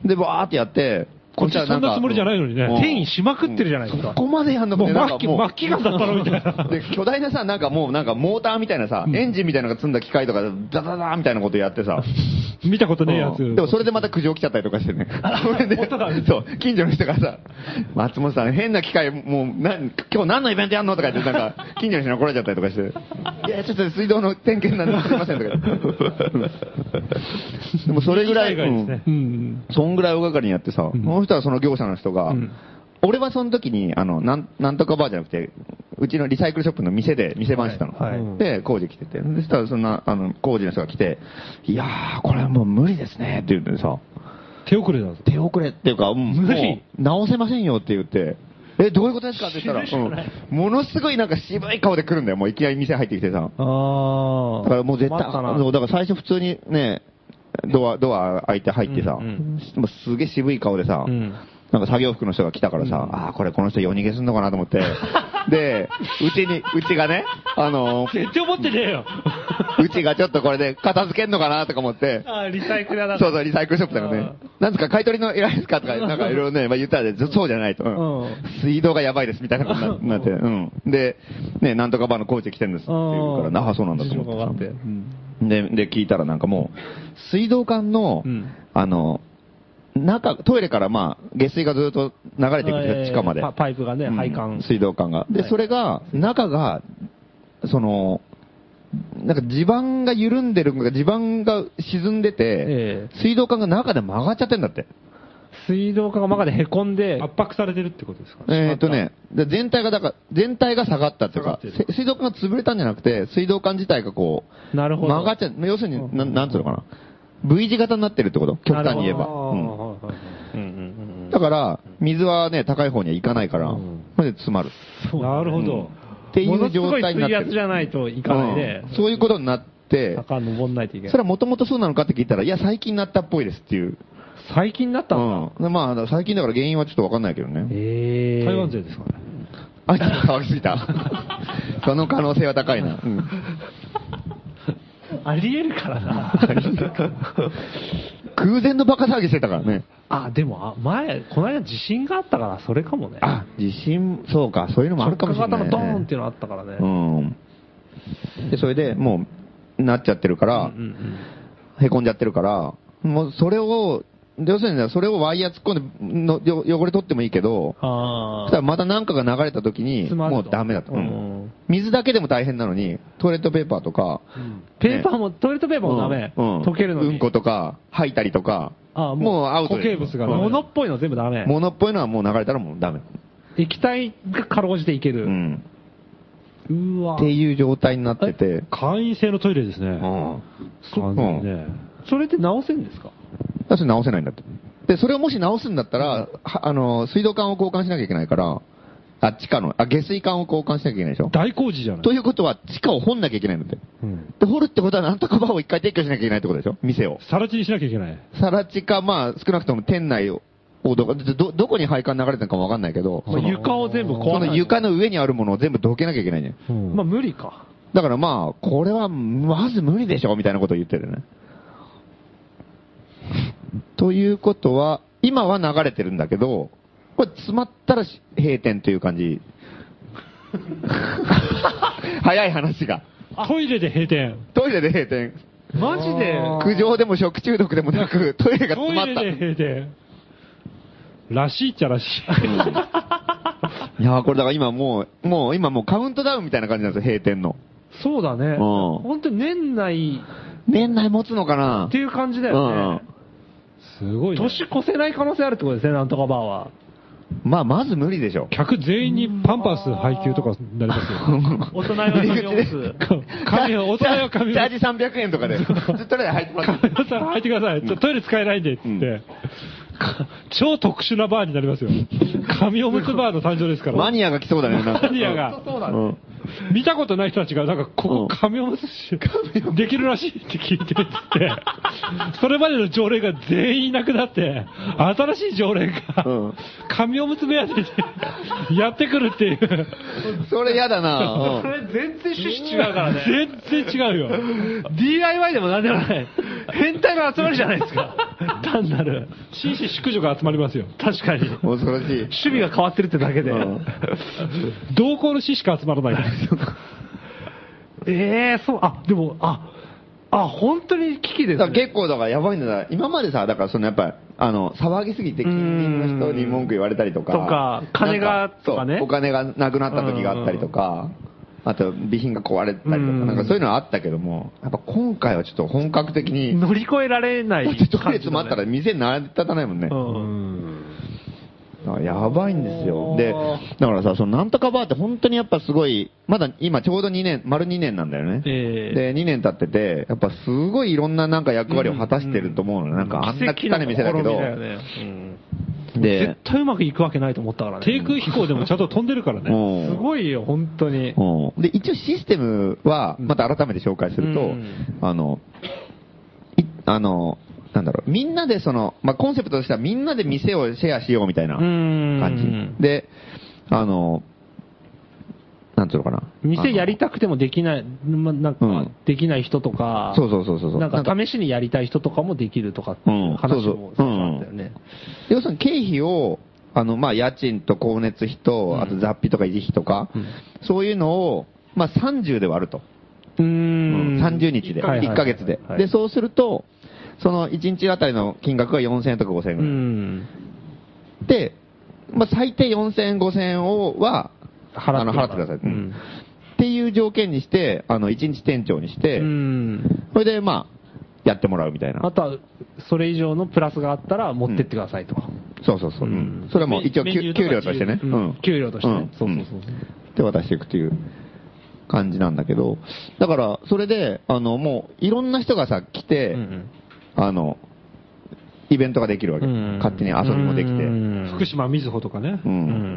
で、バーってやって、 こっちはそんなつもりじゃないのにね。 転移しまくってるじゃないですか。 ここまでやんのもう末期、末期がんだったのみたいな。 で、巨大なさ、なんかもうなんかモーターみたいなさ、エンジンみたいなのが積んだ機械とか、ダダダーみたいなことやってさ。 見たことねえやつ。 でもそれでまた苦情来ちゃったりとかしてね。それで、そう、近所の人がさ、松本さん変な機械、もう、な、今日何のイベントやんのとか言って、なんか、近所の人に怒られちゃったりとかして。いや、ちょっと水道の点検なんですいませんとか。でもそれぐらい、うん、そんぐらい大掛かりにやってさ、その人はその業者の人が、うん、俺はその時に、あの、なん、なんとかバーじゃなくて、うちのリサイクルショップの店で、店番してたの。はいはい、で、工事来てて。そしたら、そんな、あの、工事の人が来て、いやー、これはもう無理ですね、って言ってさ。 手遅れだぞ。 手遅れっていうか、無理。直せませんよって言って、え、どういうことですかって言ったら、うん、ものすごいなんか渋い顔で来るんだよ。もういきなり店入ってきてさ。あー。だからもう絶対、だから最初普通にね、ドア、ドア開いて入ってさ、うんうん、もうすげえ渋い顔でさ、うん、なんか作業服の人が来たからさ、うん、ああ、これこの人夜逃げすんのかなと思って、で、うちに、うちがね、あのー、 絶対思ってねえよ。 うちがちょっとこれで片付けんのかなとか思って、 ああ、リサイクルだそうそう、リサイクルショップだからね。なんですか、買い取りの依頼ですかとか、なんかいろいろね、まあ言ったらね、そうじゃないと、うんうん。水道がやばいですみたいなことになって、うん。で、ね、なんとかバーのコーチ来てるんですって言うから、なあ、そうなんだと思って。で、で、聞いたらなんかもう、水道管の、うん、あの、中、トイレからまあ、下水がずっと流れていくんですよ、地下まで。 パイプがね、配管。 水道管が。で、それが、中が、その、なんか地盤が緩んでるのか、地盤が沈んでて、えー、水道管が中で曲がっちゃってんだって。 水道管が中で凹んで、 圧迫されてるってことですか？ えーっとね、全体がだから、全体が下がったっていうか、水道管が潰れたんじゃなくて、水道管自体がこう、 なるほど。 曲がっちゃう、要するに、ななんつうのかな。V 字型になってるってこと極端に言えば。うん、だから、水はね、高い方には行かないから、それで詰まる。 なるほど。 っていう状態になってる。 水圧じゃないといかないね、 うん。そういうことになって、 坂登んないといけない。 それはもともとそうなのかって聞いたら、いや、最近なったっぽいですっていう。 最近なったんだ、うん、まあ、最近だから原因はちょっとわかんないけどね。 へー。台湾勢ですかね。 あ、ちょっと騒ぎすぎた。その可能性は高いな。うん、 ありえるからな。 空前のバカ騒ぎしてたからね。 あ、でも、前、この間地震があったから、それかもね。 あ、地震、そうか、そういうのもあるかもしれない、ね。 直下型のドーンっていうのあったからね。 うん。で、それでもう、なっちゃってるから、うんうんうん、へこんじゃってるから、もうそれを要するにそれをワイヤー突っ込んでの汚れ取ってもいいけど、そしたらまた何かが流れた時に、もうダメだと、うん。水だけでも大変なのに、トイレットペーパーとか、 うん、ペーパーも、ね、トイレットペーパーもダメ。うん、 溶けるのに。うんことか、吐いたりとか、 あもうアウトで。固形物が、 ね、物っぽいの全部ダメ。 物っぽいのはもう流れたらもうダメ。 液体がかろうじていける。 うん。 うわっていう状態になってて。 簡易性のトイレですね。うん。 完全にね。それって直せるんですか？ だって直せないんだって。で、それをもし直すんだったら、あの、水道管を交換しなきゃいけないから、あ、地下の、あ、下水管を交換しなきゃいけないでしょ。 大工事じゃない。 ということは、地下を掘んなきゃいけないんだって。うん。で、掘るってことは、なんとかバーを一回撤去しなきゃいけないってことでしょ、店を。 さら地にしなきゃいけない。 さら地か、まあ、少なくとも店内を、ど、ど、どこに配管流れてるかもわかんないけど、 まあ、床を全部壊す。その床の上にあるものを全部どけなきゃいけないね。 うん、まあ、無理か。 だからまあ、これは、まず無理でしょ、みたいなことを言ってるね。ということは、今は流れてるんだけど、これ詰まったら閉店という感じ。早い話が。 トイレで閉店。 トイレで閉店。 マジで苦情でも食中毒でもなく、トイレが詰まった。 トイレで閉店。らしいっちゃらしい。 いやーこれだから今もう、もう今もうカウントダウンみたいな感じなんですよ、閉店の。 そうだね。うん、本当に年内。 年内持つのかなっていう感じだよね。うんすごいね。 年越せない可能性あるってことですね、なんとかバーは。 まあ、まず無理でしょ。 客全員にパンパス配給とかになりますよ。 大人用紙を持つ。 紙を、大人用紙を。 チャージさんびゃくえんとかで。ずっとね、入ってます。 入ってください。ちょトイレ使えないんで、って言って。超特殊なバーになりますよ。紙おむつバーの誕生ですから。 マニアが来そうだね、なんか。 マニアが。そうだね。見たことない人たちが、なんか、ここ紙おむつできるらしいって聞いてるって、それまでの常連が全員いなくなって、新しい常連が、紙おむつ部屋でやってくるっていう。 それ嫌だなそれ全然趣旨違うからね。 全然違うよ。 ディーアイワイ でもなんでもない。変態の集まりじゃないですか。単なる。 紳士淑女が集まりますよ。 確かに。 恐ろしい。 趣味が変わってるってだけで。 同行の士しか集まらない。 ええー、そう、あ、でも、あ、あ、本当に危機ですね。 結構だからやばいんだ。今までさ、だからそのやっぱり、あの、騒ぎすぎて近隣の人に文句言われたりとか。 とか、金が、とかね。 お金がなくなった時があったりとか、あと備品が壊れたりとか、なんかそういうのはあったけども、やっぱ今回はちょっと本格的に。 乗り越えられない。 だってトイレ詰まったら店成り立たないもんね。うんやばいんですよ。で、だからさ、そのなんとかバーって本当にやっぱすごい、まだ今ちょうどにねん、丸にねんなんだよね。えー、で、にねん経ってて、やっぱすごいいろんななんか役割を果たしてると思うの、うん、なんかあんな汚い店だけど。 ねうん、で、絶対うまくいくわけないと思ったからね。 低空飛行でもちゃんと飛んでるからね。 すごいよ、本当に。 で、一応システムは、また改めて紹介すると、うん、あの、い、あの、なんだろう、みんなでその、まあ、コンセプトとしてはみんなで店をシェアしようみたいな感じ。で、あの、なんつうのかな。 店やりたくてもできない、なんか、できない人とか、 そうそうそうそう。 なんか試しにやりたい人とかもできるとかっていう話もあったよね。 要するに経費を、あの、まあ、家賃と光熱費と、あと雑費とか維持費とか、うん、そういうのを、まあ、さんじゅうで割ると。 うーん。 さんじゅうにちで。いっかげつで。で、そうすると、そのいちにちあたりの金額がよんせんえんとかごせんえんぐらい。うん、で、まあ、最低よんせんえん、ごせんえんをは払って、払ってください、うん。っていう条件にして、あの、いちにち店長にして、うん、それでまあ、やってもらうみたいな。 あとは、それ以上のプラスがあったら持ってってくださいと。うん、 そうそうそう。うん、それはもう一応給料としてね。 うん、給料としてね。そうそうそう。 で渡していくっていう感じなんだけど、だから、それで、あの、もう、いろんな人がさ、来て、うんうんあの、イベントができるわけ。勝手に遊びもできて。 福島みずほとかね。 うん。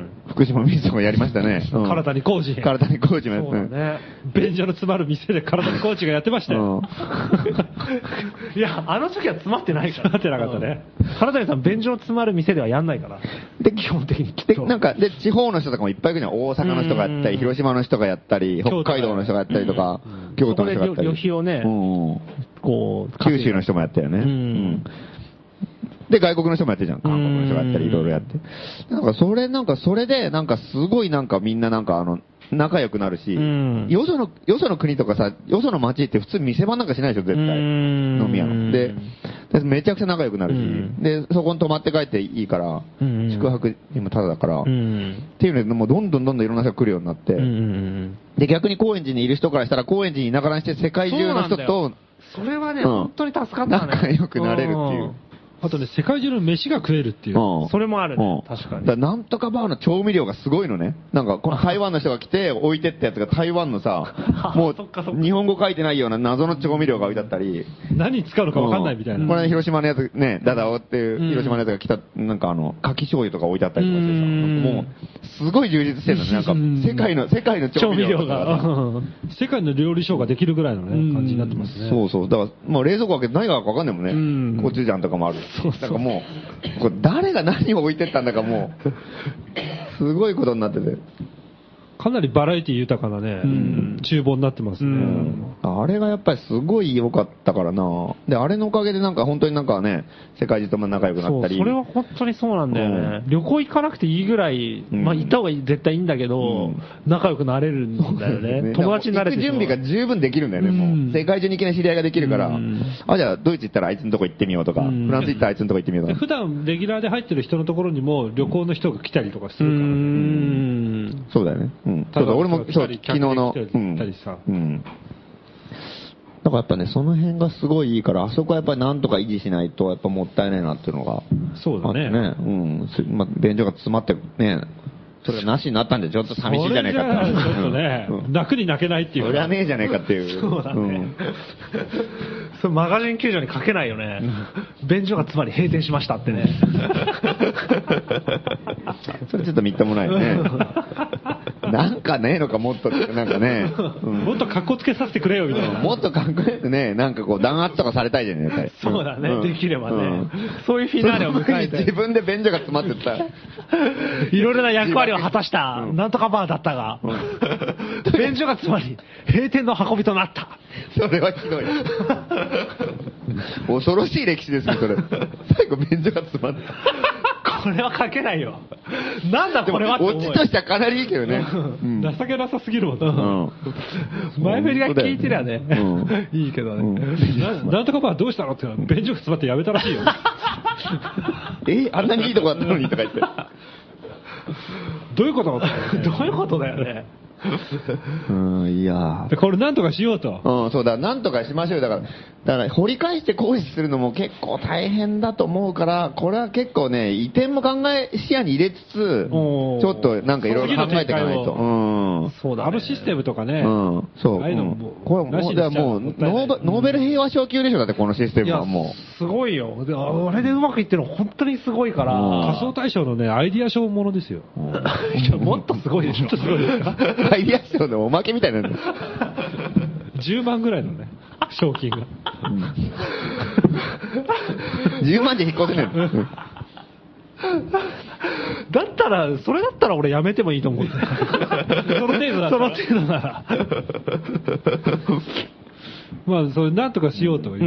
福島みずほやりましたね。 唐谷浩二。 唐谷浩二もやってそうだね。便所の詰まる店で唐谷浩二がやってましたよ。 いや、あの時は詰まってないから。 詰まってなかったね。 唐谷さん、便所の詰まる店ではやんないから。 で、基本的に来て。なんか、で、地方の人とかもいっぱい来るの大阪の人がやったり、広島の人がやったり、北海道の人がやったりとか、京都の人がやったり。 旅費をね、 こう、九州の人もやったよね。うん、で、外国の人もやってるじゃん。韓国の人がやったり、いろいろやって。なんか、それ、なんか、それで、なんか、すごいなんかみんななんかあの、 仲良くなるし、うん、よその、よその国とかさ、よその街って普通店番なんかしないでしょ、絶対。飲み屋の。で、でめちゃくちゃ仲良くなるし、うん、で、そこに泊まって帰っていいから、うん、宿泊にもタダだから、うん、っていうので、もうどんどんどんどんいろんな人が来るようになって、うん、で、逆に高円寺にいる人からしたら、高円寺にいながらにして世界中の人と、 それはね、うん、本当に助かったね。 仲良くなれるっていう。 あとね、世界中の飯が食えるっていう。 うん、それもあるね。うん、確かに。 だなんとかバーの調味料がすごいのね。なんか、この台湾の人が来て置いてったやつが台湾のさ、もう、日本語書いてないような謎の調味料が置いてあったり。 何使うのかわかんないみたいな。うん、 これね、広島のやつね、ダダオっていう広島のやつが来た、なんかあの、牡蠣醤油とか置いてあったりとかしてさ、もう、すごい充実してるのね。なんか、世界の、世界の調味料が。 世界の料理ショーができるぐらいのね、感じになってますね。 そうそう。だから、もう冷蔵庫開けて何がわかんないもんね。コチュジャンとかもある。そうそう。なんかもう、これ誰が何を置いてったんだかもう、すごいことになってて。 かなりバラエティ豊かなね、うん、厨房になってますね、うん。 あれがやっぱりすごい良かったからな。で、あれのおかげでなんか本当になんかね、世界中とも仲良くなったり。 そう、それは本当にそうなんだよね。うん、旅行行かなくていいぐらい、うん、まあ行った方が絶対いいんだけど、うん、仲良くなれるんだよね。ね、友達になれて行く準備が十分できるんだよね、もう。うん、世界中にいきなり知り合いができるから、うん、あ、じゃあドイツ行ったらあいつのとこ行ってみようとか、うん、フランス行ったらあいつのとこ行ってみようとか。 普段レギュラーで入ってる人のところにも旅行の人が来たりとかするからね。うん、 そうだよね。うん。そうだ、俺もそう、昨日の、うん。うん。だからやっぱね、その辺がすごいいいから、あそこはやっぱりなんとか維持しないと、やっぱもったいないなっていうのが。 そうだね。 ね。うん。まあ、便所が詰まってね、それがなしになったんでちょっと寂しいじゃねえかって。 ちょっとね、うん、泣くに泣けないっていう。 そりゃねえじゃねえかっていう。 そうだね。うん、それマガジン球場に書けないよね。便所が詰まり閉店しましたってね。 それちょっとみっともないよね。なんかねえのかもっと、なんかね。 うん、もっと格好つけさせてくれよみたいな。 もっとかっこよくね、なんかこう弾圧とかされたいじゃねえか。 そうだね、うん、できればね、うん。そういうフィナーレを迎えて。 自分で便所が詰まってった。 いろいろな役割を果たした、なんとかバーだったが、うん、便所が詰まり、閉店の運びとなった。 それはひどい。恐ろしい歴史ですね、それ。最後便所が詰まった。 これは書けないよ。なんだこれはって思う。 オチとしてはかなりいいけどね。 うん、情けなさすぎるもんな。 うん、前振りが聞いてりゃね、うん、いいけどね。うん、 な, なんとかバーどうしたのって言うの便所が詰まってやめたらしいよ。 え、あんなにいいとこだったのにとか言って。 どういうことどういうことだよね。 うん、いやこれなんとかしようと。 うん、そうだ、なんとかしましょうよ。だから、だから掘り返して行使するのも結構大変だと思うから、これは結構ね、移転も考え、視野に入れつつ、ちょっとなんかいろいろ考えていかないと。うん。 そうだ、ね。あのシステムとかね。 うん。そう。ああいうのも、これもう、だもうノーベ、ノーベル平和賞級でしょ、だってこのシステムはもう。すごいよ。で、あれでうまくいってるの本当にすごいから。 仮想大賞のね、アイディア賞ものですよ。 もっとすごいでしょ。もっとすごいですか。 アイディア賞のおまけみたいなの。 じゅうまんぐらいのね、賞金が。 じゅうまんで引っ越せないの。 だったら、それだったら俺やめてもいいと思う。その程度だったら。その程度なら。 まあ、それなんとかしようという。うん、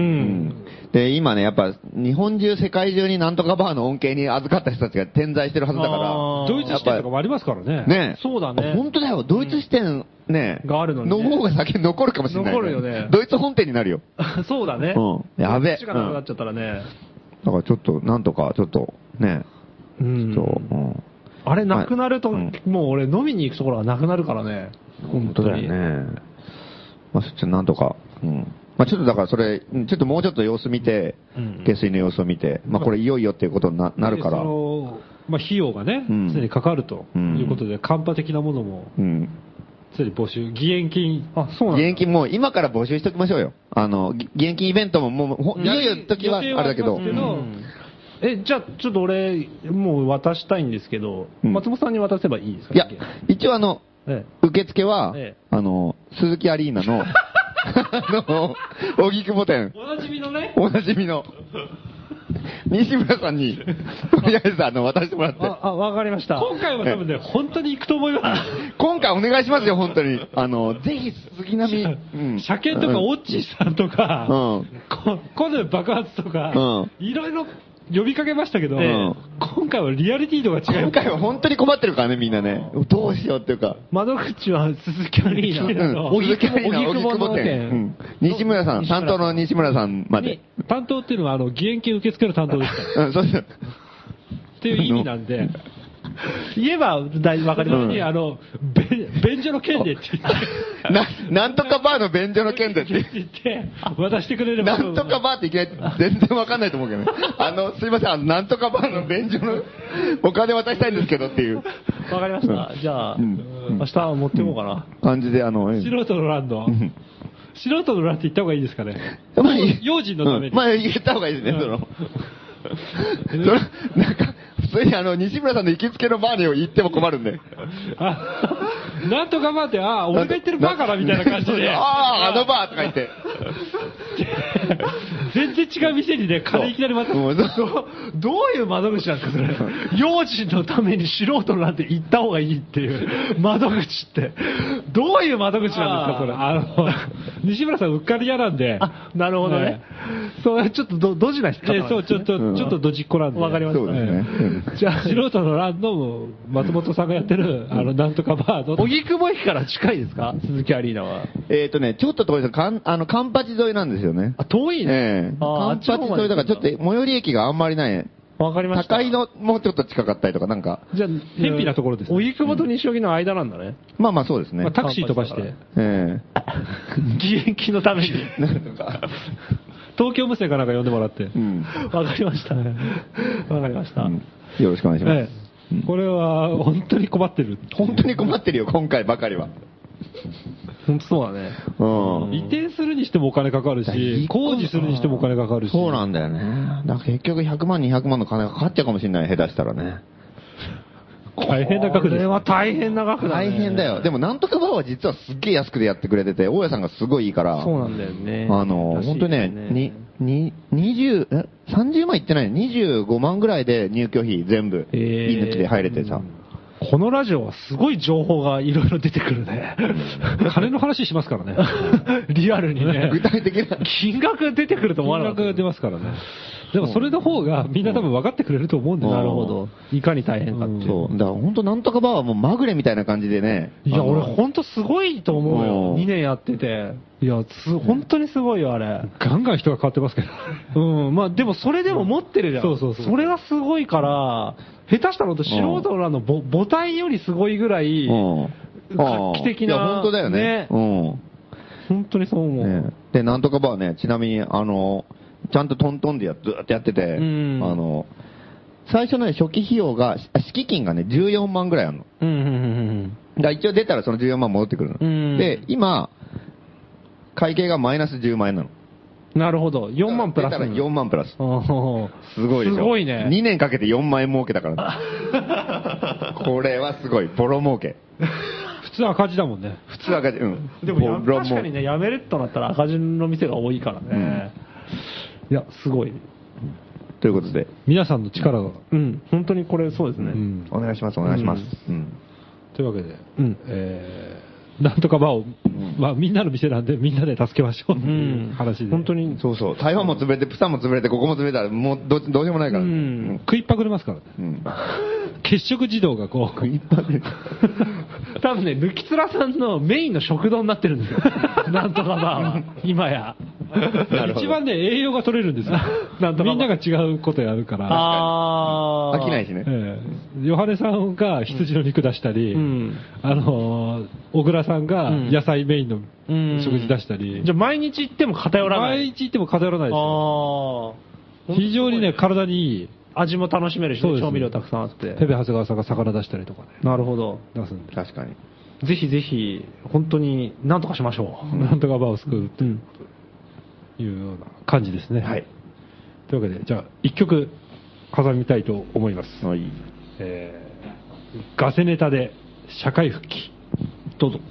で、今ね、やっぱ、日本中、世界中になんとかバーの恩恵に預かった人たちが点在してるはずだから。 ドイツ支店とかもありますからね。 ね。 そうだね。 本当だよ、ドイツ支店ね、 があるのに、ね。 の方が先に残るかもしれない、ね。 残るよね。 ドイツ本店になるよ。 そうだね。 うん。やべえ。 口がなくなっちゃったらね。 だからちょっと、なんとか、ちょっと、ね。 うん。ちょっと、うん。あれなくなると、うん、もう俺飲みに行くところがなくなるからね。 本当だよね。まあ、ちょっとなんとか、うん。まあちょっとだからそれ、ちょっともうちょっと様子見て、うん、下水の様子を見て、まあこれいよいよっていうことに な, なるから。そのまあ費用がね、うん、常にかかるということで、カンパ的なものも、うん、常に募集、義援金。 あ、そうなんだ。義援金もう今から募集しておきましょうよ。あの、義援金イベントももう、いよいよ時はあれだけど。うん、 え、じゃあちょっと俺、もう渡したいんですけど、うん、松本さんに渡せばいいですか？ いや、一応あの、ええ、受付は、ええ、あの、鈴木アリーナの、あの、荻窪店。 おなじみのね。 おなじみの。西村さんに、とりあえずあの、渡してもらって。 あ、あ、わかりました。 今回は多分ね、本当に行くと思います。 今回お願いしますよ、本当に。あの、ぜひ杉並。 うん。車検とか、オッチーさんとか、うん。こ、この爆発とか、うん。いろいろ、 呼びかけましたけど、今回はリアリティ度が違う。 今回は本当に困ってるからね、みんなね。どうしようっていうか。 窓口は鈴木アリーナの、 鈴木アリーナ、荻窪店。西村さん、担当の西村さんまで。 担当っていうのは、あの、義援金受け付ける担当ですから。うん、そうです。っていう意味なんで、 言えば大わかりますね。あの、便所の件でって言って。 な、なんとかバーの便所の件でって言って、 渡してくれれば。 なんとかバーっていきなり全然わかんないと思うけどね。あの、すいません、あの、なんとかバーの便所のお金渡したいんですけどっていう。 わかりました。じゃあ、明日持っていこうかな。 感じで、あの、 素人のランド。素人のランって言った方がいいですかね。まあ、用心のために。 まあ、言った方がいいですね、その。それ、なんか、普通にあの、西村さんの行きつけのバーに行っても困るんで。 あ、なんとかバーって、ああ、俺が行ってるバーかなみたいな感じで。 ああ、あのバーとか言って。 全然違う店にね、金いきなり待ってどういう窓口なんですか、それ。用心のために素人なんて行った方がいいっていう窓口って。どういう窓口なんですか、それ。 あの、西村さんうっかり嫌なんで。 あ、なるほどね。そう、ちょっとドドジな人なんですね。 そう、ちょっと、ちょっとドジっ子なんで。 わかりました。 じゃあ、素人のランの松本さんがやってる、あの、なんとかバーの。 荻窪駅から近いですか、鈴木アリーナは。 えっとね、ちょっと遠いです。かん、あの、カンパチ沿いなんですよね。 あ、遠いね。 ええ。カンパチ沿いだから、ちょっと最寄り駅があんまりない。 わかりました。 高いのもうちょっと近かったりとか、なんか。 じゃあ、偏僻なところですね。 荻窪と西荻の間なんだね。 まあまあそうですね。 タクシー飛ばして。 ええ。 義援金のために。 なんとか。 東京無線かなんか呼んでもらって。 うん。わかりました。わかりました。 よろしくお願いします。 これは、本当に困ってる。 本当に困ってるよ、今回ばかりは。 本当そうだね。 うん。 移転するにしてもお金かかるし、工事するにしてもお金かかるし。 そうなんだよね。だから結局ひゃくまん、にひゃくまんの金がかかっちゃうかもしれない、下手したらね。 大変な額です。 これは大変な額だね。 大変だよ。でもなんとかバーは実はすっげえ安くでやってくれてて、大家さんがすごいいいから。 そうなんだよね。 あの、本当にね、に、に、にじゅう、え、さんじゅうまんいってない、にじゅうごまんぐらいで入居費全部、居抜きで入れてさ。 このラジオはすごい情報がいろいろ出てくるね。 金の話しますからね。 リアルにね。 具体的な。 金額出てくると思わなかった。 金額が出ますからね。でもそれの方がみんな多分分かってくれると思うんですよ。 なるほど。いかに大変かっていう。 そう。だから本当なんとかバーはもうまぐれみたいな感じでね。 いや、俺本当すごいと思うよ。にねんやってて。いや、す、本当にすごいよ、あれ。 ガンガン人が変わってますけど。 うん。まあでもそれでも持ってるじゃん。 そうそうそう。 それがすごいから、下手したのと素人らの母母体よりすごいぐらい、画期的な。 いや、本当だよね。うん。 本当にそう思う。 で、なんとかバーね、ちなみに、あの、ちゃんとトントンでやずっとやってて、うん、あの、最初の、ね、初期費用が、敷金がね、じゅうよんまんぐらいあるの。うんうんうんうん、だから一応出たらそのじゅうよんまん戻ってくるの。うん、で、今、会計がマイナスじゅうまんえんなの。 なるほど。よんまんプラス。 出たらよんまんプラス。すごいでしょ。 すごいね。 にねんかけてよんまんえん儲けたから、ね。これはすごい。ボロ儲け。 普通赤字だもんね。 普通赤字。うん。 でも確かにね、やめるとなったら赤字の店が多いからね。うん、いや、すごい。 ということで。 皆さんの力が。 うん。本当にこれそうですね。うん、 お願いします、お願いします。うん。うん、 というわけで、うん、えーなんとかバーを、まあみんなの店なんでみんなで助けましょうっていう話で。 本当に。 そうそう。台湾も潰れて、プサンも潰れて、ここも潰れたら、もうどどうしようもないから。うん、 食いっぱぐれますからね。うん、欠食児童がこう。食いっぱぐれ多分ね、抜きつらさんのメインの食堂になってるんですよ。なんとかバーは。今や。 一番ね、栄養が取れるんですよ。なんとかみんなが違うことやるから。 ああ。飽きないしね。 ええ。ヨハネさんが羊の肉出したり、うん、あのー、小倉さんが野菜メインの食事出したり。 うん、じゃあ毎日行っても偏らない。 毎日行っても偏らないですよ。あ非常にね、体にいい。 味も楽しめるし、ね、調味料たくさんあって。 ペペ長谷川さんが魚出したりとかね。 なるほど。 出すんで。 確かに。 ぜひぜひ、本当に何とかしましょう。 なんとかバーを救うというような感じですね。 はい。 というわけで、じゃあ、一曲挟みたいと思います。 はい。 えー、ガセネタで社会復帰。どうぞ。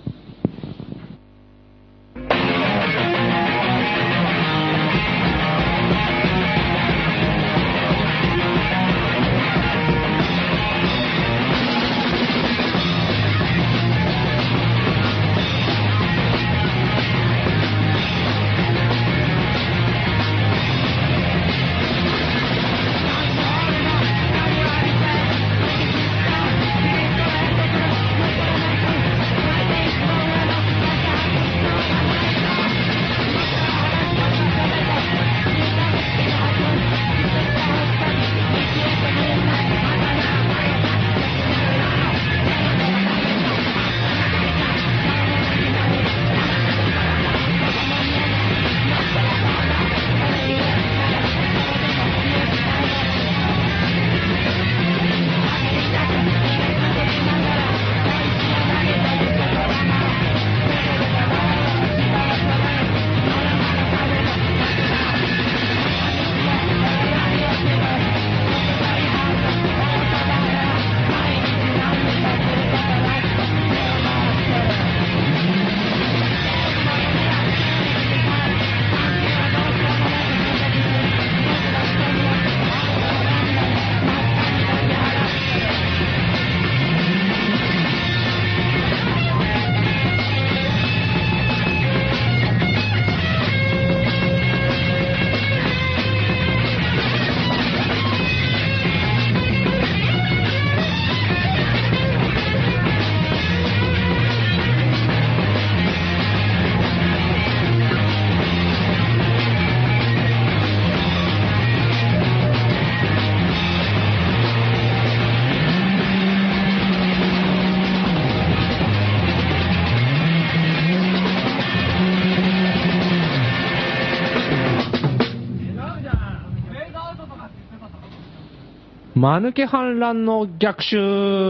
間抜け反乱の逆襲。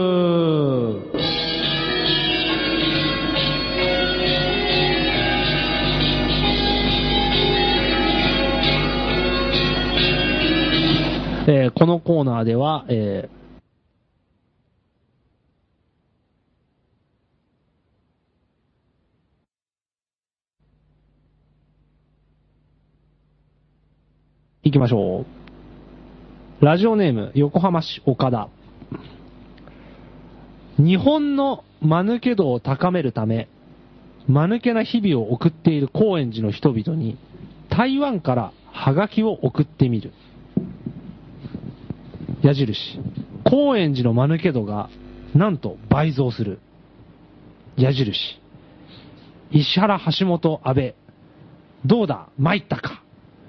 えー、このコーナーでは、えー行きましょう。ラジオネーム、横浜市岡田。日本の間抜け度を高めるため、間抜けな日々を送っている高円寺の人々に、台湾からハガキを送ってみる。矢印。高円寺の間抜け度が、なんと倍増する。矢印。石原、橋本、安倍。どうだ、参ったか。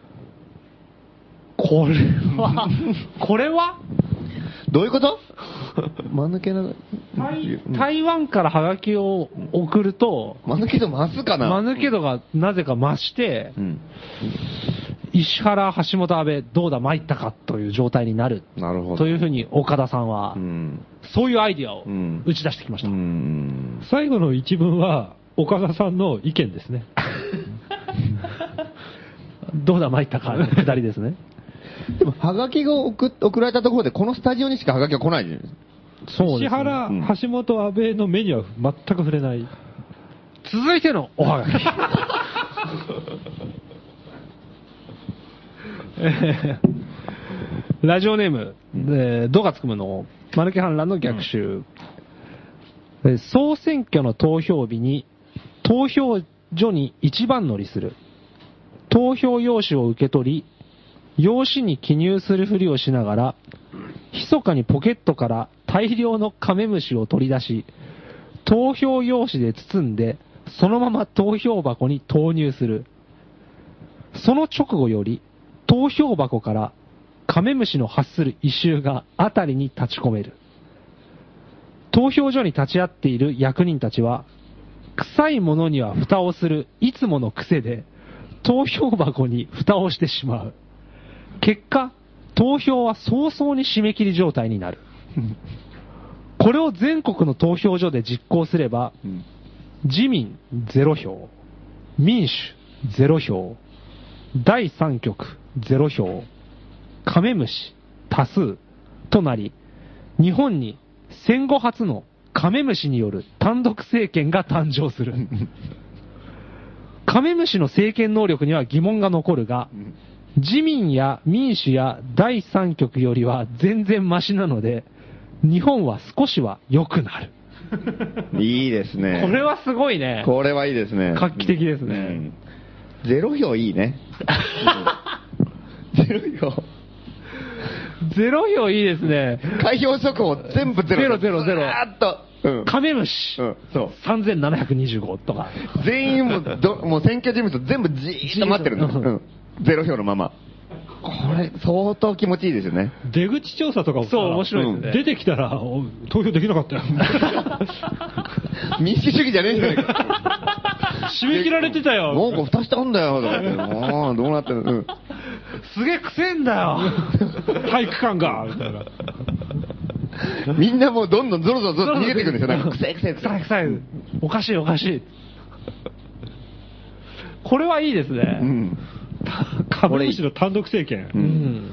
これは、これはどういうこと間抜けな台、台湾からハガキを送ると、 間抜け度増すかな。 間抜け度がなぜか増して、うん、石原、橋本、安倍、どうだ、参ったかという状態になる。 なるほど。 というふうに岡田さんは、うん、そういうアイディアを打ち出してきました。うんうん、最後の一文は、岡田さんの意見ですね。 どうだ、参ったかのくだりですね。 でもはがきが 送, 送られたところで、このスタジオにしかはがきが来ないじゃないですか。 そうですね。石原、うん、橋本、安倍の目には全く触れない。 続いてのおはがき。ラジオネーム、えー、ドがつくむの、間抜け反乱の逆襲、うん。総選挙の投票日に、投票所に一番乗りする。投票用紙を受け取り、用紙に記入するふりをしながら、密かにポケットから大量のカメムシを取り出し、投票用紙で包んで、そのまま投票箱に投入する。その直後より、投票箱からカメムシの発する異臭が辺りに立ち込める。投票所に立ち会っている役人たちは、臭いものには蓋をするいつもの癖で、投票箱に蓋をしてしまう。結果、投票は早々に締め切り状態になる。これを全国の投票所で実行すれば、自民ゼロ票、民主ゼロ票、だいさん局ゼロ票、カメムシ多数となり、日本に戦後初のカメムシによる単独政権が誕生する。カメムシの政権能力には疑問が残るが、自民や民主やだいさん局よりは全然マシなので、日本は少しは良くなる。 いいですね。 これはすごいね。 これはいいですね。 画期的ですね。 うんうん、ゼロ票いいね。ゼロ票。 ゼロ票いいですね。 開票速報全部ゼロ。 ゼロゼロゼロ。 あっと。 うん、カメムシ、うん、そうさんぜんななひゃくにじゅうごとか。 全員もど、もう選挙事務所全部じーっと待ってるんだ、うん。ゼロ票のまま。これ、相当気持ちいいですよね。 出口調査とかもそう、面白いですね。 出てきたら、投票できなかったよ。 民主主義じゃねえんじゃないか。 締め切られてたよ。 なんか蓋してあんだよ。ああ、どうなってる、うん、 すげえくせえんだよ。 体育館が。みたいな。 みんなもうどんどんゾロゾロゾロ逃げていくんですよ。なんかくせえくせえくさいくさい。おかしいおかしい。これはいいですね。うん。 カメムシの単独政権。 うん。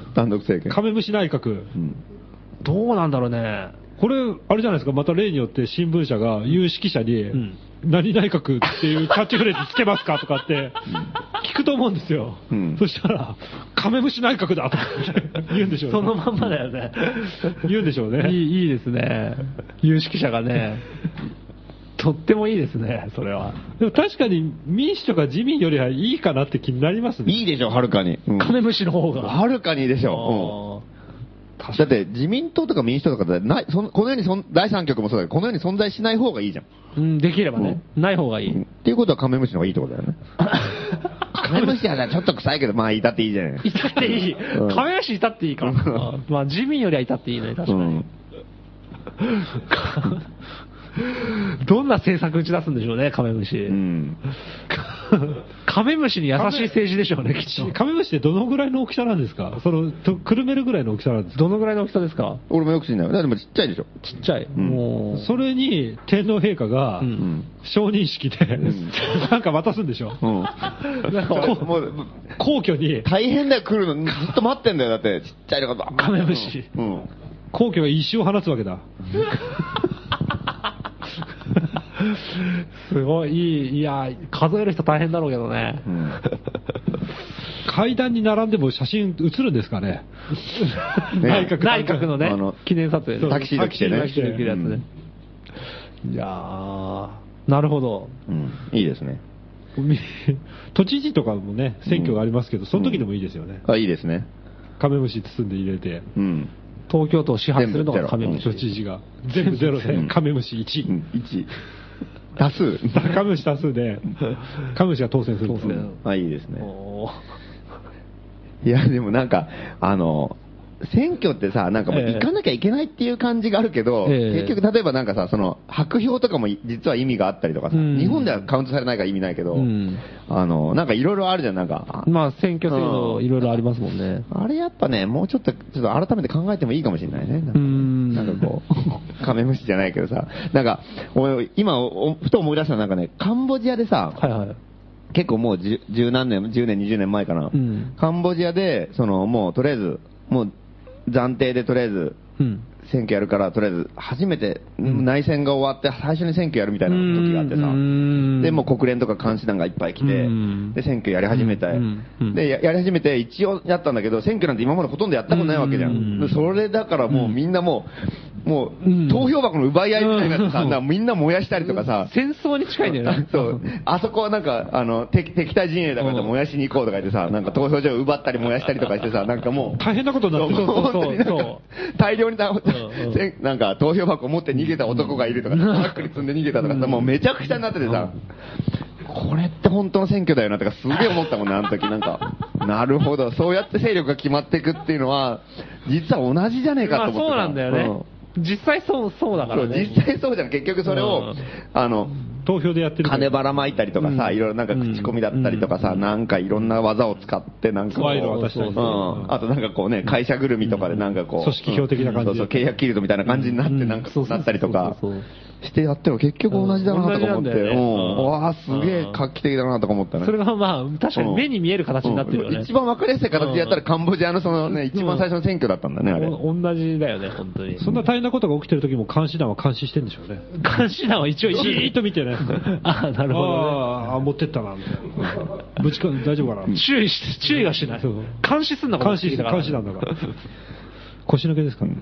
単独政権。 カメムシ内閣。うん。 どうなんだろうね。 これ、あれじゃないですか、また例によって新聞社が有識者に、うん、何内閣っていうキャッチフレーズつけますかとかって聞くと思うんですよ。うん、そしたら、カメムシ内閣だとか言うんでしょうね。 そのまんまだよね。 言うんでしょうね。 いい、いいですね。有識者がね。とってもいいですね、それは。 でも確かに民主とか自民よりはいいかなって気になりますね。 いいでしょ、はるかに。 うん、カメムシの方が。 はるかにいいでしょ。うんだって自民党とか民主党とかってないそのこのようにそんだいさん局もそうだけどこのように存在しない方がいいじゃん。 うん、できればね、うん、ない方がいい、うん。 っていうことはカメムシの方がいいってことだよね。カメムシはちょっと臭いけどまあいたっていいじゃない。 いたっていい。うん、カメムシいたっていいから。まあ自民よりはいたっていいね確かに。うん、どんな政策打ち出すんでしょうねカメムシ。うんカメムシに優しい政治でしょうね、きっと。 カメムシってどのぐらいの大きさなんですか？その、くるめるぐらいの大きさなんですか？ どのぐらいの大きさですか？ 俺もよく知んないよ。でもちっちゃいでしょ。 ちっちゃい。 うん、もう。それに、天皇陛下が、承認式で、うん、なんか渡すんでしょ？うん。なんかもう、皇居に。 大変だよ、来るの。ずっと待ってんだよ、だって。ちっちゃいのが。 カメムシ。 うん。皇居が石を放つわけだ。 すごい、いい、いや、数える人大変だろうけどね。うん、 階段に並んでも写真写るんですかね。 内閣内閣のね、あの記念撮影タキシード着てね。 タキシード着るやつね。うん、いやー、なるほど。 うん、いいですね。 都知事とかもね、選挙がありますけど、うん、その時でもいいですよね。 あ、いいですね。 カメムシ包んで入れて。 うん。東京都を支配するのがカメムシ。 都知事が。全部ゼロで、カメムシいち。 うん、いち。多数。 カメムシ多数で、カメムシが当選するんですね。 あ、いいですね。いや、でもなんか、あの、選挙ってさ、なんかもう行かなきゃいけないっていう感じがあるけど、えー、結局例えばなんかさ、その、白票とかも実は意味があったりとかさ、うん、日本ではカウントされないから意味ないけど、うん、あの、なんかいろいろあるじゃん、なんか。 まあ選挙制度いろいろありますもんね。 あれやっぱね、もうちょっと、ちょっと改めて考えてもいいかもしれないね。なんか、んなんかこう、カメムシじゃないけどさ、なんか、今、ふと思い出したのはなんかね、カンボジアでさ、はいはい、結構もう十何年、じゅうねん、にじゅうねんまえかな、うん、カンボジアで、その、もうとりあえず、もう、暫定でとりあえず、選挙やるから、とりあえず、初めて内戦が終わって、最初に選挙やるみたいな時があってさ、で、もう国連とか監視団がいっぱい来て、で、選挙やり始めた。で、やり始めて、一応やったんだけど、選挙なんて今までほとんどやったことないわけじゃん。それだからもうみんなもう、もう、投票箱の奪い合いみたいになってさ、みんな燃やしたりとかさ、 戦争に近いんだよね。 そう。あそこはなんか、あの、敵対陣営だから燃やしに行こうとか言ってさ、なんか投票所を奪ったり燃やしたりとかしてさ、なんかもう、 大変なことになってる。そうそうそう。 大量になんか投票箱持って逃げた男がいるとか、トラックに積んで逃げたとかさ、もうめちゃくちゃになっててさ、これって本当の選挙だよなとかすげえ思ったもんね、あの時なんか。なるほど、そうやって勢力が決まっていくっていうのは、実は同じじゃねえかと思って。 まあそうなんだよね。うん、実際そう、そうだからね。 実際そうじゃん。結局それを、うん、あの、 投票でやってる。 金ばらまいたりとかさ、うん、いろいろなんか口コミだったりとかさ、うん、なんかいろんな技を使ってなんかこう、 渡したり、うん、 あとなんかこうね、会社ぐるみとかでなんかこう、 組織票的な感じで、 そうそう、契約キルトみたいな感じになってなんかなったりとかしてやっても結局同じだなとか思って、うん、わあすげえ画期的だなとか思ったね。 それがまあ確かに目に見える形になってるよね。 一番分かりやすい形でやったらカンボジアのそのね、一番最初の選挙だったんだね、あれ。 同じだよね、本当に。 そんな大変なことが起きてる時も監視団は監視してるんでしょうね。 監視団は一応じーっと見てね。 あ、なるほど、ね。 ああ、持ってったな、みたいな。ぶちか、大丈夫かな。 注意し、注意がしない。監視すんのか監視、監視なんだから。腰抜けですからね。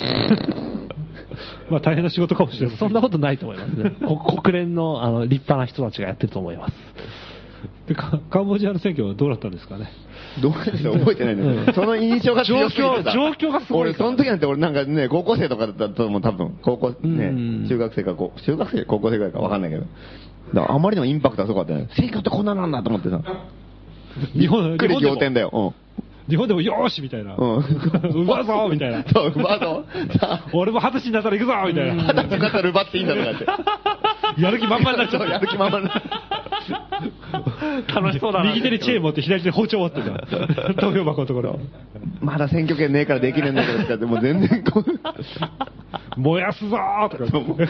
まあ大変な仕事かもしれない。 そんなことないと思いますね。国連のあの立派な人たちがやってると思います。 で、カンボジアの選挙はどうだったんですかね。 どうやって覚えてないんだよ、うん、その印象が強すぎてさ。 状況がすごい。 俺、その時なんて俺なんかね、高校生とかだったと思う、多分。高校、ね、中学生か、中学生高校生ぐらいかわかんないけど。だからあまりのインパクトがすごかったね。選挙ってこんななんだと思ってさ。日本、びっくり仰天だよ。うん。 日本でもよーしみたいな。うん。奪うぞみたいな。 そう、奪うぞ。 俺も二十歳になったら行くぞみたいな。 二十歳になったら奪っていいんだとかって。 やる気満々になっちゃう。 やる気満々になっちゃう。楽しそうだな。 右手にチェーン持って左手に包丁持ってた。投票箱のところ。 まだ選挙権ねえからできねえんだけどって、もう全然こう。燃やすぞーとか。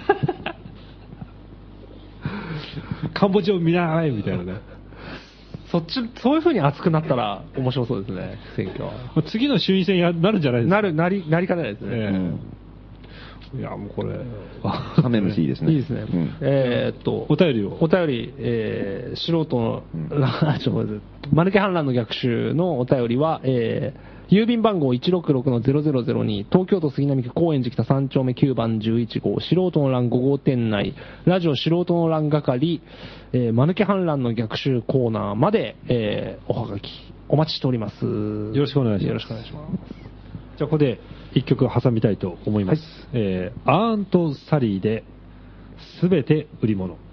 カンボジアを見習えみたいなね。 そっち、そういう風に熱くなったら面白そうですね、選挙は。 次の衆院選やなるんじゃないですか。 なる、なり、なりかねないですね。えー、いや、もうこれ。 カメムシいいですね。 いいですね。うん、えー、っと、 お便りを。 お便り、えー、素人の、うん、ちょっと待って、マヌケ反乱の逆襲のお便りは、えー、郵便番号 いちろくろくのゼロゼロゼロに 東京都杉並区高円寺北さん丁目きゅうばんじゅういち号素人の欄ご号店内ラジオ素人の欄係、えー、マヌケ反乱の逆襲コーナーまで、えー、おはがきお待ちしております。よろしくお願いします。 よろしくお願いします。 じゃあここで一曲挟みたいと思います。はい、えー、アーント・サリーで全て売り物。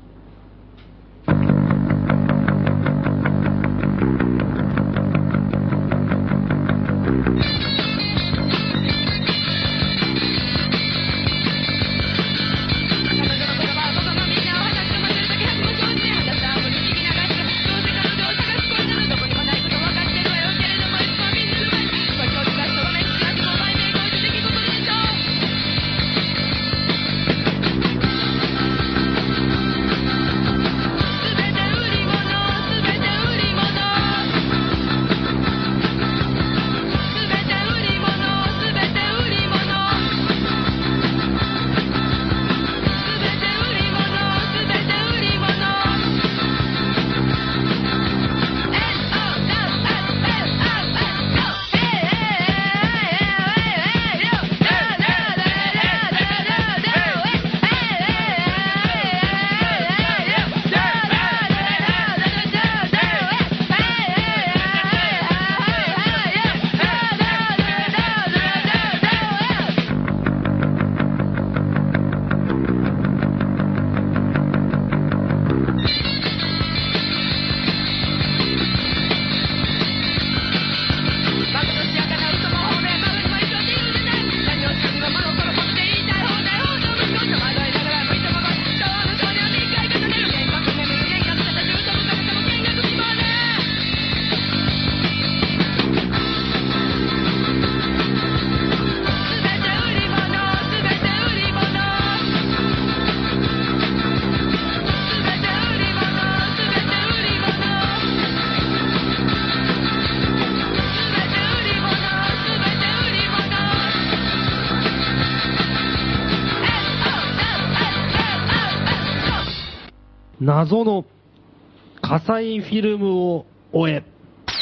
彼女の言葉は僕のみんなを話して混ぜるだけ百も承知。私は無理に流し謎の火災フィルムを終え。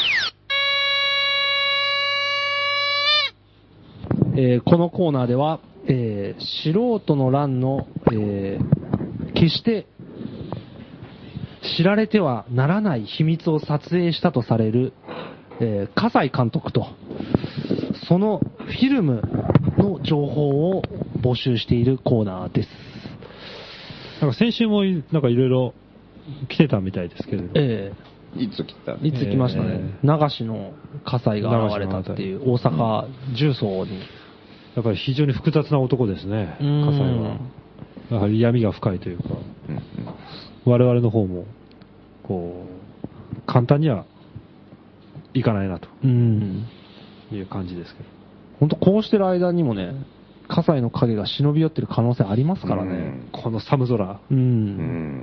えー、このコーナーでは、えー、素人の乱の、えー、決して知られてはならない秘密を撮影したとされる、えー、葛西監督とそのフィルムの情報を募集しているコーナーです。 なんか先週もなんかいろいろ来てたみたいですけれど。 ええー、いつ来た？ いつ来ましたね。えー、流しの葛西が現れたっていう大阪重曹に。 やっぱり非常に複雑な男ですね、葛西は。やはり闇が深いというか、うんうん、我々の方も、こう、簡単にはいかないなという感じですけど。 本当こうしてる間にもね、葛西の影が忍び寄ってる可能性ありますからね。うん、 この寒空。 うん。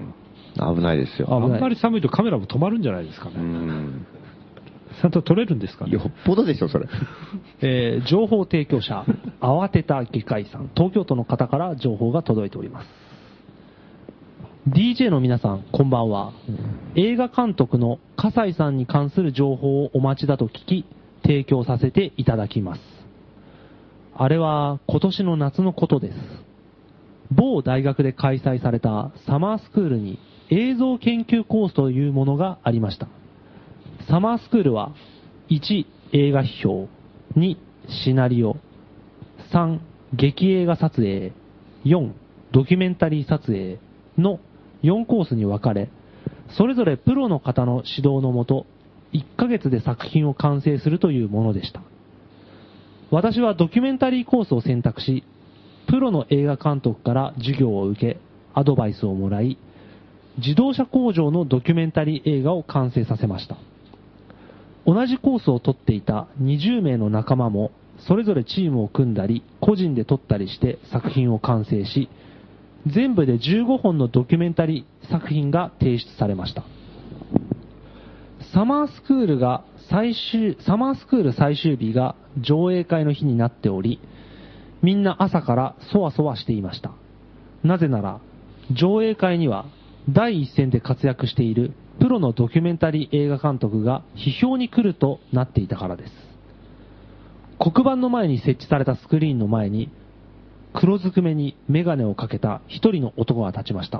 うん、危ないですよ。 あんまり寒いとカメラも止まるんじゃないですかね。うんちゃんと撮れるんですかね。 よっぽどでしょ、それ。 えー、情報提供者、慌てた外科医さん、東京都の方から情報が届いております。ディージェー の皆さん、こんばんは。うん、映画監督の葛西さんに関する情報をお待ちだと聞き、提供させていただきます。あれは今年の夏のことです。某大学で開催されたサマースクールに映像研究コースというものがありました。サマースクールはいち映画批評、にシナリオ、さん劇映画撮影、よんドキュメンタリー撮影のよんコースに分かれ、それぞれプロの方の指導のもといっかげつで作品を完成するというものでした。私はドキュメンタリーコースを選択し、プロの映画監督から授業を受け、アドバイスをもらい、自動車工場のドキュメンタリー映画を完成させました。同じコースを取っていたにじゅうめいの仲間もそれぞれチームを組んだり個人で撮ったりして作品を完成し、全部でじゅうごほんのドキュメンタリー作品が提出されました。サマースクールが最終サマースクール最終日が上映会の日になっており、みんな朝からそわそわしていました。なぜなら上映会には第一線で活躍しているプロのドキュメンタリー映画監督が批評に来るとなっていたからです。黒板の前に設置されたスクリーンの前に黒ずくめにメガネをかけた一人の男が立ちました。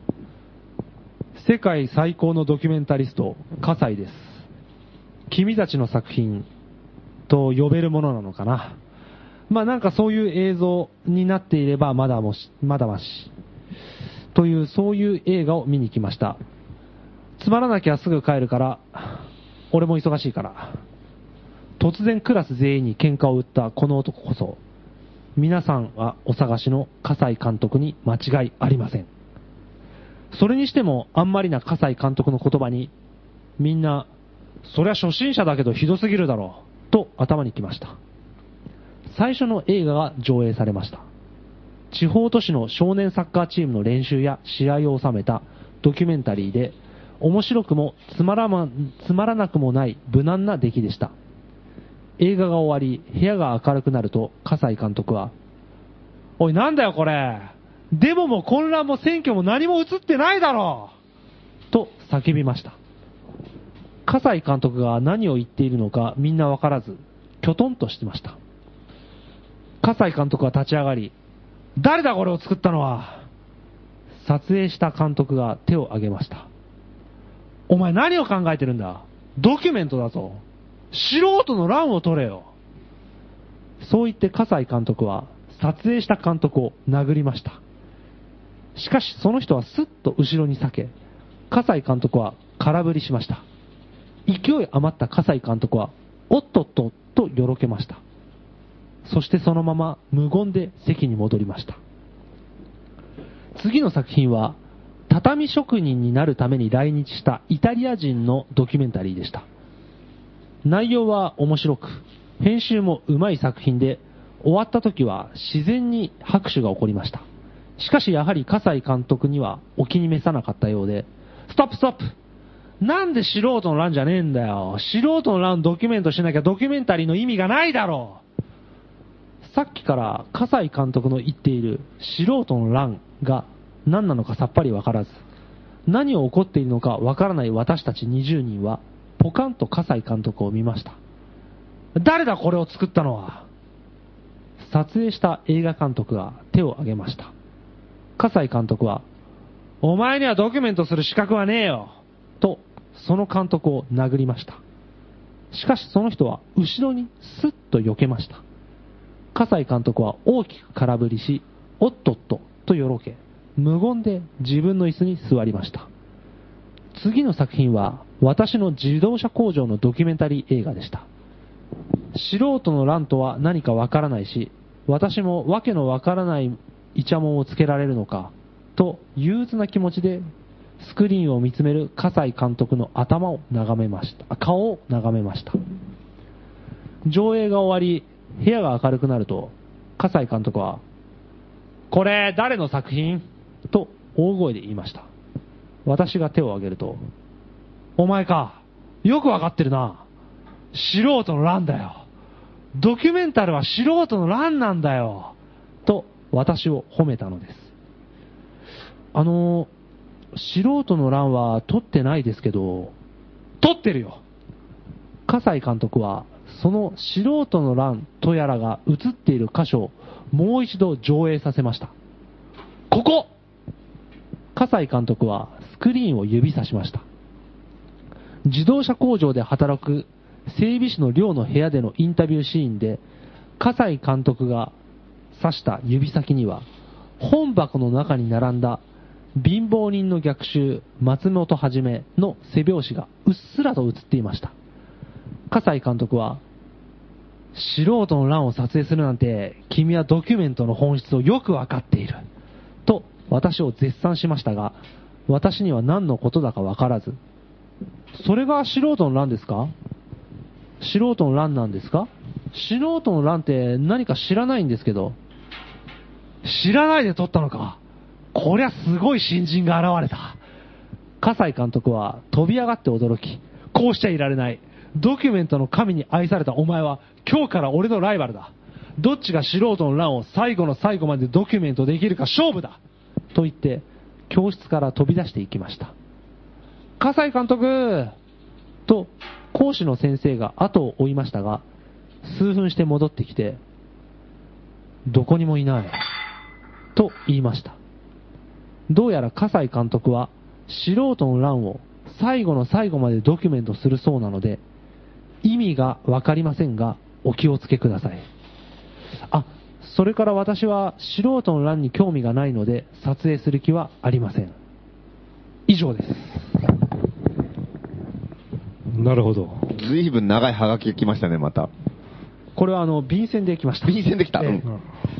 世界最高のドキュメンタリスト、葛西です。君たちの作品と呼べるものなのかな。まあなんかそういう映像になっていればまだもし、まだまし。というそういう映画を見に来ました。つまらなきゃすぐ帰るから、俺も忙しいから。突然クラス全員に喧嘩を売ったこの男こそ、皆さんはお探しの葛西監督に間違いありません。それにしてもあんまりな葛西監督の言葉に、みんな、そりゃ初心者だけどひどすぎるだろう、と頭にきました。最初の映画が上映されました。地方都市の少年サッカーチームの練習や試合を収めたドキュメンタリーで、面白くもつまらま、つまらなくもない無難な出来でした。映画が終わり、部屋が明るくなると、葛西監督は、おいなんだよこれ、デモも混乱も選挙も何も映ってないだろうと叫びました。葛西監督が何を言っているのかみんなわからず、きょとんとしてました。葛西監督は立ち上がり、誰だこれを作ったのは。撮影した監督が手を挙げました。お前何を考えてるんだ。ドキュメントだぞ。素人の乱を取れよ。そう言って葛西監督は撮影した監督を殴りました。しかしその人はスッと後ろに避け、葛西監督は空振りしました。勢い余った葛西監督はおっとっととよろけました。そしてそのまま無言で席に戻りました。次の作品は畳職人になるために来日したイタリア人のドキュメンタリーでした。内容は面白く、編集もうまい作品で、終わった時は自然に拍手が起こりました。しかしやはり葛西監督にはお気に召さなかったようで、ストップストップ、なんで素人の乱じゃねえんだよ。素人の乱ドキュメントしなきゃドキュメンタリーの意味がないだろう。さっきから葛西監督の言っている素人の乱が何なのかさっぱりわからず、 何を起こっているのかわからない私たちにじゅうにんは、ポカンと葛西監督を見ました。誰だこれを作ったのは。撮影した映画監督が手を挙げました。葛西監督は、お前にはドキュメントする資格はねえよと、その監督を殴りました。しかしその人は後ろにスッと避けました。葛西監督は大きく空振りし、おっとっととよろけ、無言で自分の椅子に座りました。次の作品は私の自動車工場のドキュメンタリー映画でした。素人の乱とは何かわからないし、私もわけのわからないイチャモンをつけられるのかと憂鬱な気持ちでスクリーンを見つめる葛西監督の頭を眺めました。顔を眺めました。上映が終わり、部屋が明るくなると、葛西監督は、これ誰の作品と大声で言いました。私が手を挙げると、お前か、よくわかってるな。素人の乱だよ。ドキュメンタルは素人の乱なんだよ。と私を褒めたのです。あの、素人の乱は撮ってないですけど、撮ってるよ。葛西監督は、その素人の乱とやらが映っている箇所をもう一度上映させました。ここ！葛西監督はスクリーンを指さしました。自動車工場で働く整備士の寮の部屋でのインタビューシーンで、葛西監督が指した指先には、本箱の中に並んだ貧乏人の逆襲松本はじめの背表紙がうっすらと映っていました。葛西監督は、素人の乱を撮影するなんて、君はドキュメントの本質をよくわかっている。と、私を絶賛しましたが、私には何のことだかわからず、それが素人の乱ですか？素人の乱なんですか？素人の乱って何か知らないんですけど。知らないで撮ったのか。こりゃすごい新人が現れた。葛西監督は飛び上がって驚き、こうしちゃいられない。ドキュメントの神に愛されたお前は今日から俺のライバルだ。どっちが素人の乱を最後の最後までドキュメントできるか勝負だと言って教室から飛び出していきました。葛西監督と講師の先生が後を追いましたが、数分して戻ってきて、どこにもいないと言いました。どうやら葛西監督は素人の乱を最後の最後までドキュメントするそうなので、意味がわかりませんがお気をつけください。あ、それから私は素人の乱に興味がないので撮影する気はありません。以上です。 なるほど。 ずいぶん長いハガキが来ましたね、また。 これはあの便箋で来ました。 便箋で来た。 ええ、 うん。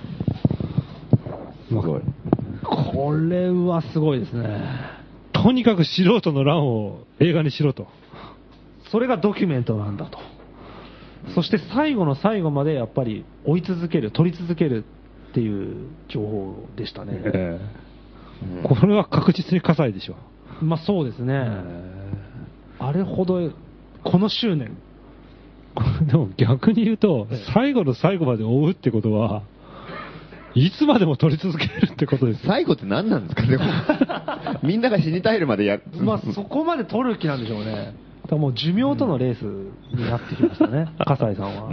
すごい。 これはすごいですね。 とにかく素人の乱を映画にしろと。 それがドキュメントなんだと。そして最後の最後までやっぱり追い続ける、撮り続けるっていう情報でしたね。えー、これは確実に葛西でしょ。 まあそうですね。えー、あれほど、この執念。 でも逆に言うと、最後の最後まで追うってことは、いつまでも撮り続けるってことです。 最後って何なんですかでもみんなが死に絶えるまでやる。 まあそこまで撮る気なんでしょうね。だからもう寿命とのレースになってきましたね、うん、葛西さんは。うん、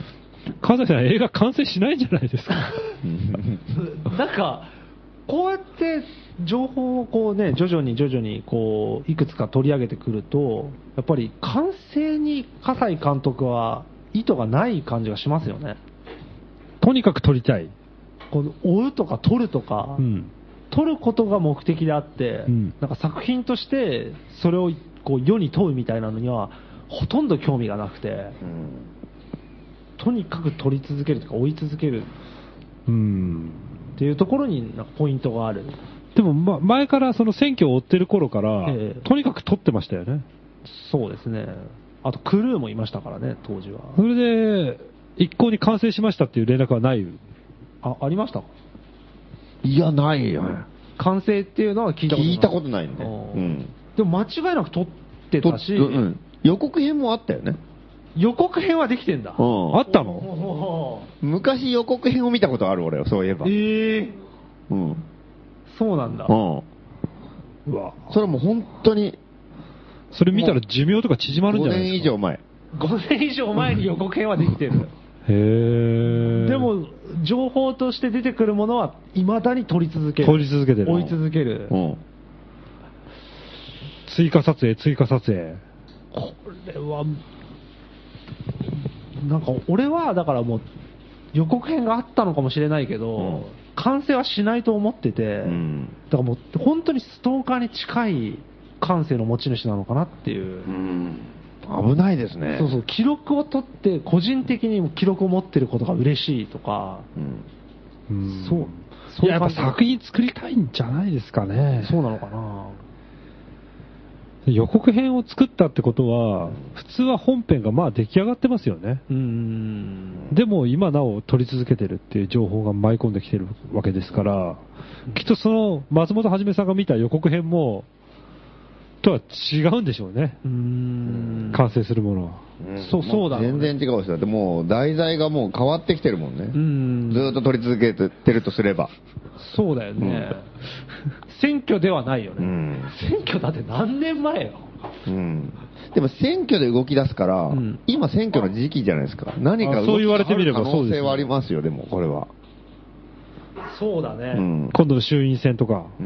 葛西さん映画完成しないんじゃないですか。 なんか、こうやって情報をこうね、徐々に徐々にこう、いくつか取り上げてくると、やっぱり完成に葛西監督は意図がない感じがしますよね。 とにかく撮りたい。 この追うとか撮るとか、うん、撮ることが目的であって、うん、なんか作品としてそれをこう世に問うみたいなのにはほとんど興味がなくて、うん、とにかく撮り続けるとか追い続けるっていうところになんかポイントがある。 でも、ま、前からその選挙を追ってる頃から、ええ、とにかく撮ってましたよね。 そうですね。あとクルーもいましたからね、当時は。 それで一向に完成しましたっていう連絡はない。 あ、ありました？ いや、ないよ。 完成っていうのは聞いたことない。 聞いたことないんで。うん、 でも間違いなく撮ってたし、うん、 予告編もあったよね。 予告編はできてんだ。 うん、あったの？ 昔予告編を見たことある俺よ、そういえば。 えー、 うん。 そうなんだ。 うん。 うわ。 それはもう本当に。 それ見たら寿命とか縮まるんじゃないですか。 ごねん以上前。 ごねん以上前に予告編はできてる。 へー。 でも、情報として出てくるものは、未だに撮り続ける。 撮り続けてる。 追い続ける。 うん。 追加撮影、追加撮影。 これは、なんか俺はだからもう予告編があったのかもしれないけど、うん、完成はしないと思ってて、うん、だからもう本当にストーカーに近い感性の持ち主なのかなっていう。うん、 危ないですね。 そうそう、記録を取って個人的にも記録を持ってることが嬉しいとか、 うん、そう。そうやっぱ作品作りたいんじゃないですかね。 そうなのかな。 予告編を作ったってことは、普通は本編がまあ出来上がってますよね。 うーん。 でも今なお撮り続けてるっていう情報が舞い込んできてるわけですから、きっとその松本はじめさんが見た予告編も、とは違うんでしょうね。うーん。完成するものは。 うん、そう、そうだ、ね。 全然違うし、だってもう題材がもう変わってきてるもんね。うん。ずっと撮り続けてるとすれば。 そうだよね。うん、選挙ではないよね。うん、選挙だって何年前よ。 うん。でも選挙で動き出すから、うん、今選挙の時期じゃないですか。何か動き出す可能性はありますよ、でもこれは。 そうだね、 うん。今度の衆院選とか。 うん。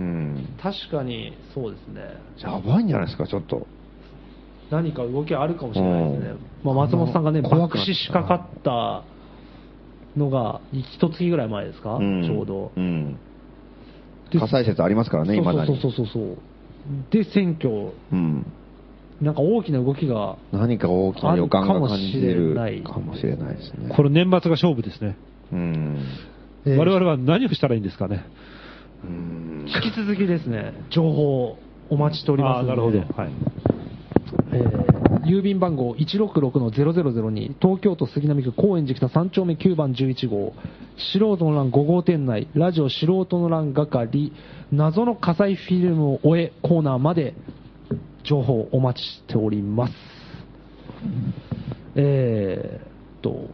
確かにそうですね。 やばいんじゃないですか、ちょっと。 何か動きあるかもしれないですね。まあ、松本さんがね、爆死しかかったのが、一月ぐらい前ですか、うん、ちょうど。うん。 火災説ありますからね、今だに。 そうそうそうそう。で、選挙。うん。なんか大きな動きが。 何か大きな予感が感じるかもしれないですね。 これ年末が勝負ですね。うん。我々は何をしたらいいんですかね。 うん。引き続きですね、情報お待ちしておりますので。 あ、なるほど。はい。 えー、郵便番号 いちろくろくのゼロゼロゼロに 東京都杉並区高円寺北さん丁目きゅうばんじゅういち号、素人の欄ご号店内、ラジオ素人の欄係、謎の火災フィルムを終えコーナーまで情報お待ちしております。えーっと、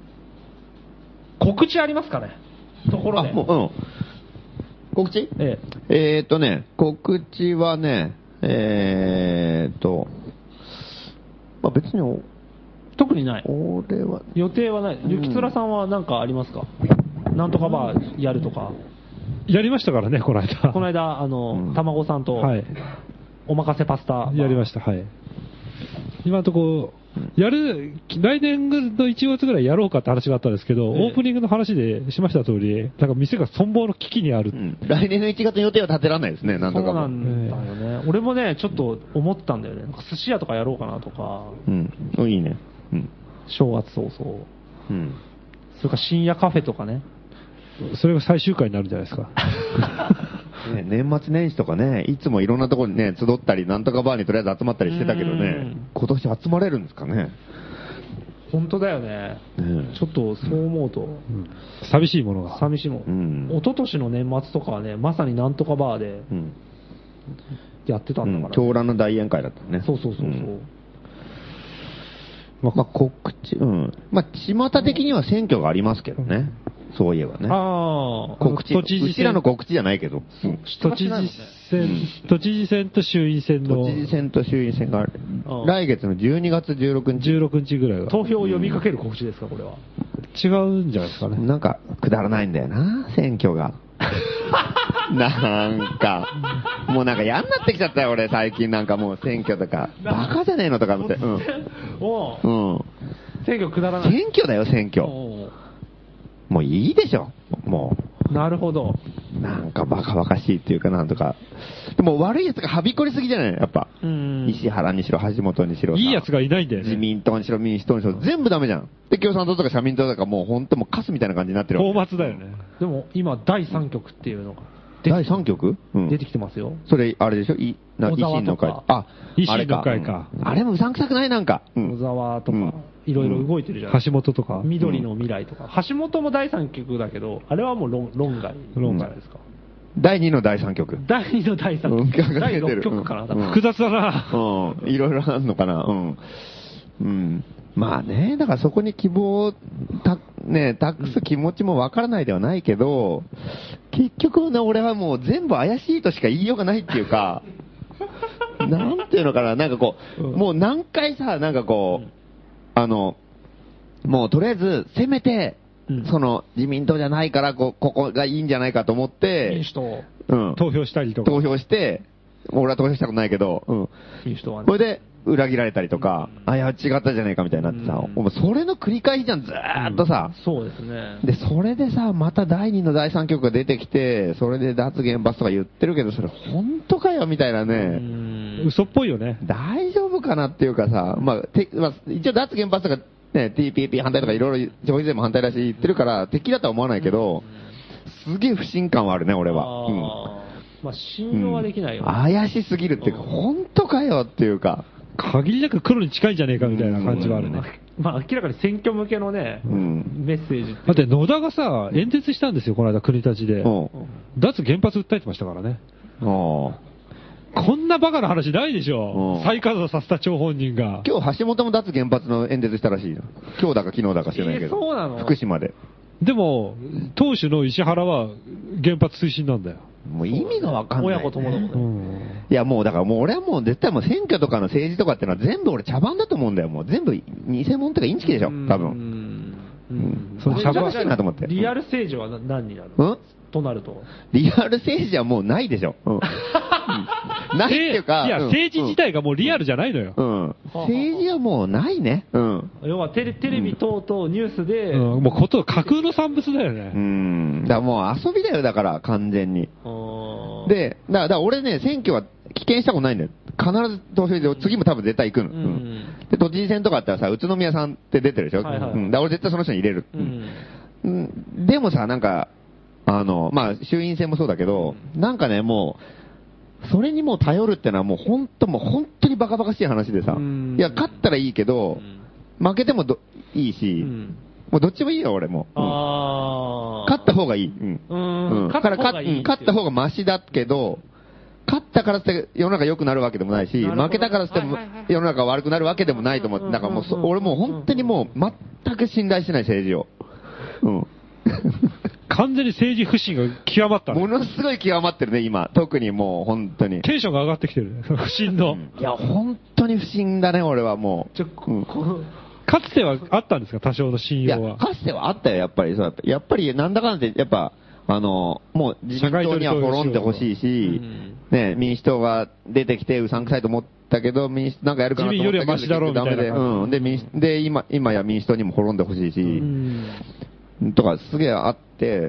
告知ありますかね、ところで。 あ、もう、うん。告知えええー、っとね、告知はね、えーっと、まあ、別に特にない。 俺は予定はない。ゆきつらさんは何かありますか？なんとかバーやるとか。 やりましたからね、この間。 この間、あの、うん、卵さんと、はい、おまかせパスタ。 やりました、はい。今のところ、やる、来年のいちがつぐらいやろうかって話があったんですけど、ええ、オープニングの話でしました通り、なんか店が存亡の危機にある。うん、 来年のいちがつの予定は立てられないですね、なんとか。 そうなんだよね。俺もね、ちょっと思ったんだよね。なんか寿司屋とかやろうかなとか。 うん。いいね。うん。 正月早々。うん。それから深夜カフェとかね。 それが最終回になるんじゃないですか。 ね、年末年始とかね、いつもいろんなところにね、集ったり、なんとかバーにとりあえず集まったりしてたけどね、今年集まれるんですかね。 本当だよね。ね、ちょっとそう思うと、うん、 寂しいものが。 寂しいもの。うん、一昨年の年末とかはね、まさになんとかバーでやってたんだから、ね。 狂乱の大宴会だったね。 そうそうそうそう。うんまあ、告知、うん。まあ、巷的には選挙がありますけどね。そういえばね。ああ。告知。うちらの告知じゃないけど。 都知事選、都知事選と衆院選の。 都知事選と衆院選が、来月のじゅうにがつじゅうろくにち。 じゅうろくにちぐらいが。 投票を呼びかける告知ですか、これは。 違うんじゃないですかね。 なんか、くだらないんだよな、選挙が。なんか、もうなんか嫌になってきちゃったよ、俺、最近なんかもう選挙とか。バカじゃねえのとか思って。うん。 うん。選挙くだらない。 選挙だよ、選挙。もういいでしょ、もう。なるほど。 なんかバカバカしいっていうかなんとか。でも悪い奴がはびこりすぎじゃないやっぱ。うん。石原にしろ、橋本にしろ。 いい奴がいないんだよね。 自民党にしろ、民主党にしろ、全部ダメじゃん。で、共産党とか社民党とかもう本当もうカスみたいな感じになってるわけ。 大末だよね。 でも今、だいさん局っていうのが。 だいさん局、 うん、出てきてますよ。 それ、あれでしょいな維新の会。 あ、維新の会か。 あれか、うん、あれもうさんくさくないなんか。 うん、小沢とか、うん、いろいろ動いてるじゃないですか。橋本とか。 緑の未来とか。橋本もだいさん局だけど、あれはもう論論外。論外ですか。 だいにのだいさん局。 だいにのだいさん局。だいろっ局かな、 うん、複雑だな。 うん。いろいろあるのかな。うん。うん。まあね、だからそこに希望をた、ね、託す気持ちもわからないではないけど、結局ね、俺はもう全部怪しいとしか言いようがないっていうか、 ていうのかな、なんかこう、うん、もう何回さ、なんかこう、うん、あの、もうとりあえず、せめて、うん、その自民党じゃないからこ、ここがいいんじゃないかと思って、 民主党、 うん、投票したりとか。 投票して、俺は投票したことないけど、うん、 民主党はね。 これで裏切られたりとか、うん、あ、いや、違ったじゃないかみたいになってさ、うん、それの繰り返しじゃん、ずーっとさ、 うん。そうですね。 で、それでさ、まただいにのだいさん局が出てきて、それで脱原発とか言ってるけど、それ本当かよみたいなね。うん、嘘っぽいよね。 大丈夫かなっていうかさ、まあ、てまあ、一応脱原発とか、ね、ティーピーピー 反対とかいろいろ消費税も反対だし言ってるから敵だとは思わないけど、すげえ不信感はあるね、俺は。 あ、うん、まあ、信用はできないよ、ね、 うん。怪しすぎるっていうか、本当かよっていうか。 限りなく黒に近いんじゃねえかみたいな感じはあるね。 まあ、明らかに選挙向けのね、うん、メッセージって。 だって野田がさ、演説したんですよ、この間国立で。うん、脱原発訴えてましたからね。うんこんなバカな話ないでしょ、うん、再稼働させた張本人が。 今日橋本も脱原発の演説したらしいよ。今日だか昨日だか知らないけど。 えー、そうなの？ 福島で。 でも、党首の石原は原発推進なんだよ。 もう意味がわかんない、ね。 親子ともどもね、うん。 いやもうだからもう俺はもう絶対もう選挙とかの政治とかってのは全部俺茶番だと思うんだよ。もう全部偽物とかインチキでしょ、多分。うん。 うん。それ茶番だなと思って。リアル政治は何になるの？うんとなると。 リアル政治はもうないでしょ。うんないっていうか。 いや、政治自体がもうリアルじゃないのよ。 うん。政治はもうないね。うん。 要はテレテレビ等々ニュースで。 うん、もうこと、架空の産物だよね。 うん。だからもう遊びだよ、だから完全に。で、だから俺ね、選挙は棄権したことないんだよ。必ず投票で、次も多分絶対行くの。うん。うん、で、都知事選とかあったらさ、宇都宮さんって出てるでしょ。はいはい、うん。だから俺絶対その人に入れる。うん。うん、でもさ、なんか、あの、まあ、衆院選もそうだけど、うん、なんかね、もう、それにもう頼るってのはもう本当もう本当にバカバカしい話でさ、いや、勝ったらいいけど、負けてもどいいし、うん、もうどっちもいいよ、俺も。うん、あ勝った方がいい。うん。うん。勝った方がいい。勝った方がマシだけど、勝ったからって世の中良くなるわけでもないし、負けたからって世の中悪くなるわけでもないと思って、だからもう、俺もう本当にもう全く信頼してない政治を。うん。 完全に政治不信が極まった。 ものすごい極まってるね、今。特にもう本当に。 テンションが上がってきてる。不信の。 いや、本当に不信だね、俺はもう。ちょ、うん、 かつてはあったんですか、多少の信用は。いや、 かつてはあったよ、やっぱり。そうやっぱり、なんだかんだって、やっぱ、あの、もう自民党には滅んでほしいし、ね、民主党が出てきてうさんくさいと思ったけど、民主、なんかやるかなと思ったけど、 自民よりはマシだろうみたいな。 うん。で、民主、で、今、今や民主党にも滅んでほしいし、とかすげえあって、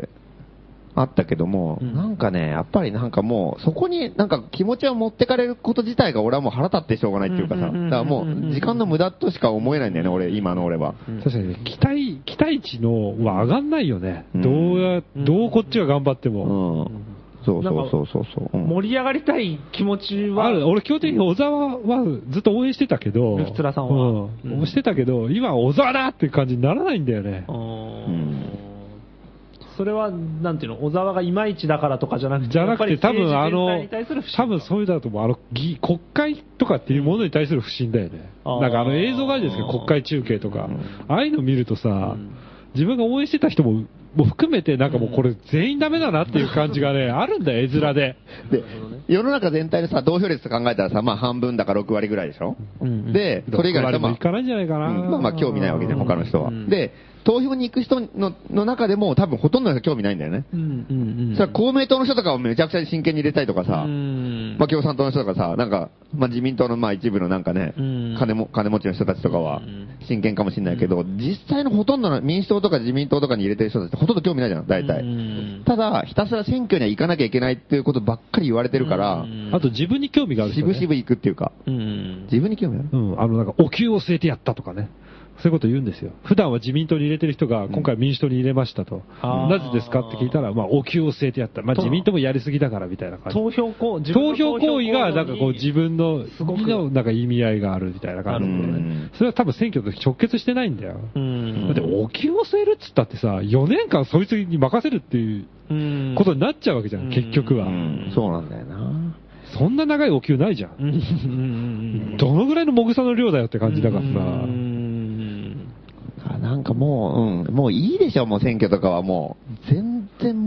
あったけども、うん、なんかね、やっぱりなんかもう、そこになんか気持ちを持ってかれること自体が俺はもう腹立ってしょうがないっていうかさ、だからもう時間の無駄としか思えないんだよね、俺、今の俺は。 確かにね、期待、期待値のは上がんないよね。うん、どうや、どうこっちが頑張っても。うんそうそうそうそうそう、 うん。盛り上がりたい気持ちは。 ある。俺基本的に小沢はずっと応援してたけど。 ルフツラさんは。 うん。うん、してたけど、今小沢だっていう感じにならないんだよね。うんそれは、なんていうの、小沢がいまいちだからとかじゃなくて、 じゃなくて、多分あの、多分そういうだと思う。あの、国会とかっていうものに対する不信だよね。うん、なんかあの映像があるじゃないですか、国会中継とか。うん、ああいうの見るとさ、うん、自分が応援してた人も、もう含めて、なんかもうこれ全員ダメだなっていう感じがね、あるんだよ、絵面で。 で、世の中全体でさ、投票率考えたらさ、まあ半分だかろくわりぐらいでしょ、うん、で、それ以外はまあ、 いかないんじゃないかな。 まあまあ興味ないわけじゃん、他の人は。で、投票に行く人のの中でも多分ほとんどの人興味ないんだよね。うんうんうん、それは公明党の人とかをめちゃくちゃ真剣に入れたいとかさ、まあ共産党の人とかさ、なんか、まあ自民党のまあ一部のなんかね、金も、金持ちの人たちとかは真剣かもしれないけど、実際のほとんどの民主党とか自民党とかに入れてる人たちってほとんど興味ないじゃん、大体。ただ、ひたすら選挙には行かなきゃいけないっていうことばっかり言われてるから、 あと自分に興味がある人、 ね。渋々行くっていうか、自分に興味ある。 うん、あのなんかお給を据えてやったとかね。そういうこと言うんですよ。普段は自民党に入れてる人が、今回民主党に入れましたと。うん、なぜですかって聞いたら、まあ、お給を据えてやった。まあ、自民党もやりすぎだからみたいな感じ。 投票行為、 投票行為が、なんかこう、自分の、すごくの、なんか意味合いがあるみたいな感じで、ね。それは多分選挙と直結してないんだよ。だって、お給を据えるっつったってさ、よねんかんそいつに任せるっていうことになっちゃうわけじゃん、結局は。 そうなんだよな。 そんな長いお給ないじゃん。どのぐらいのもぐさの量だよって感じだからさ。 なんかもう、うん、もういいでしょ、もう選挙とかはもう。全然も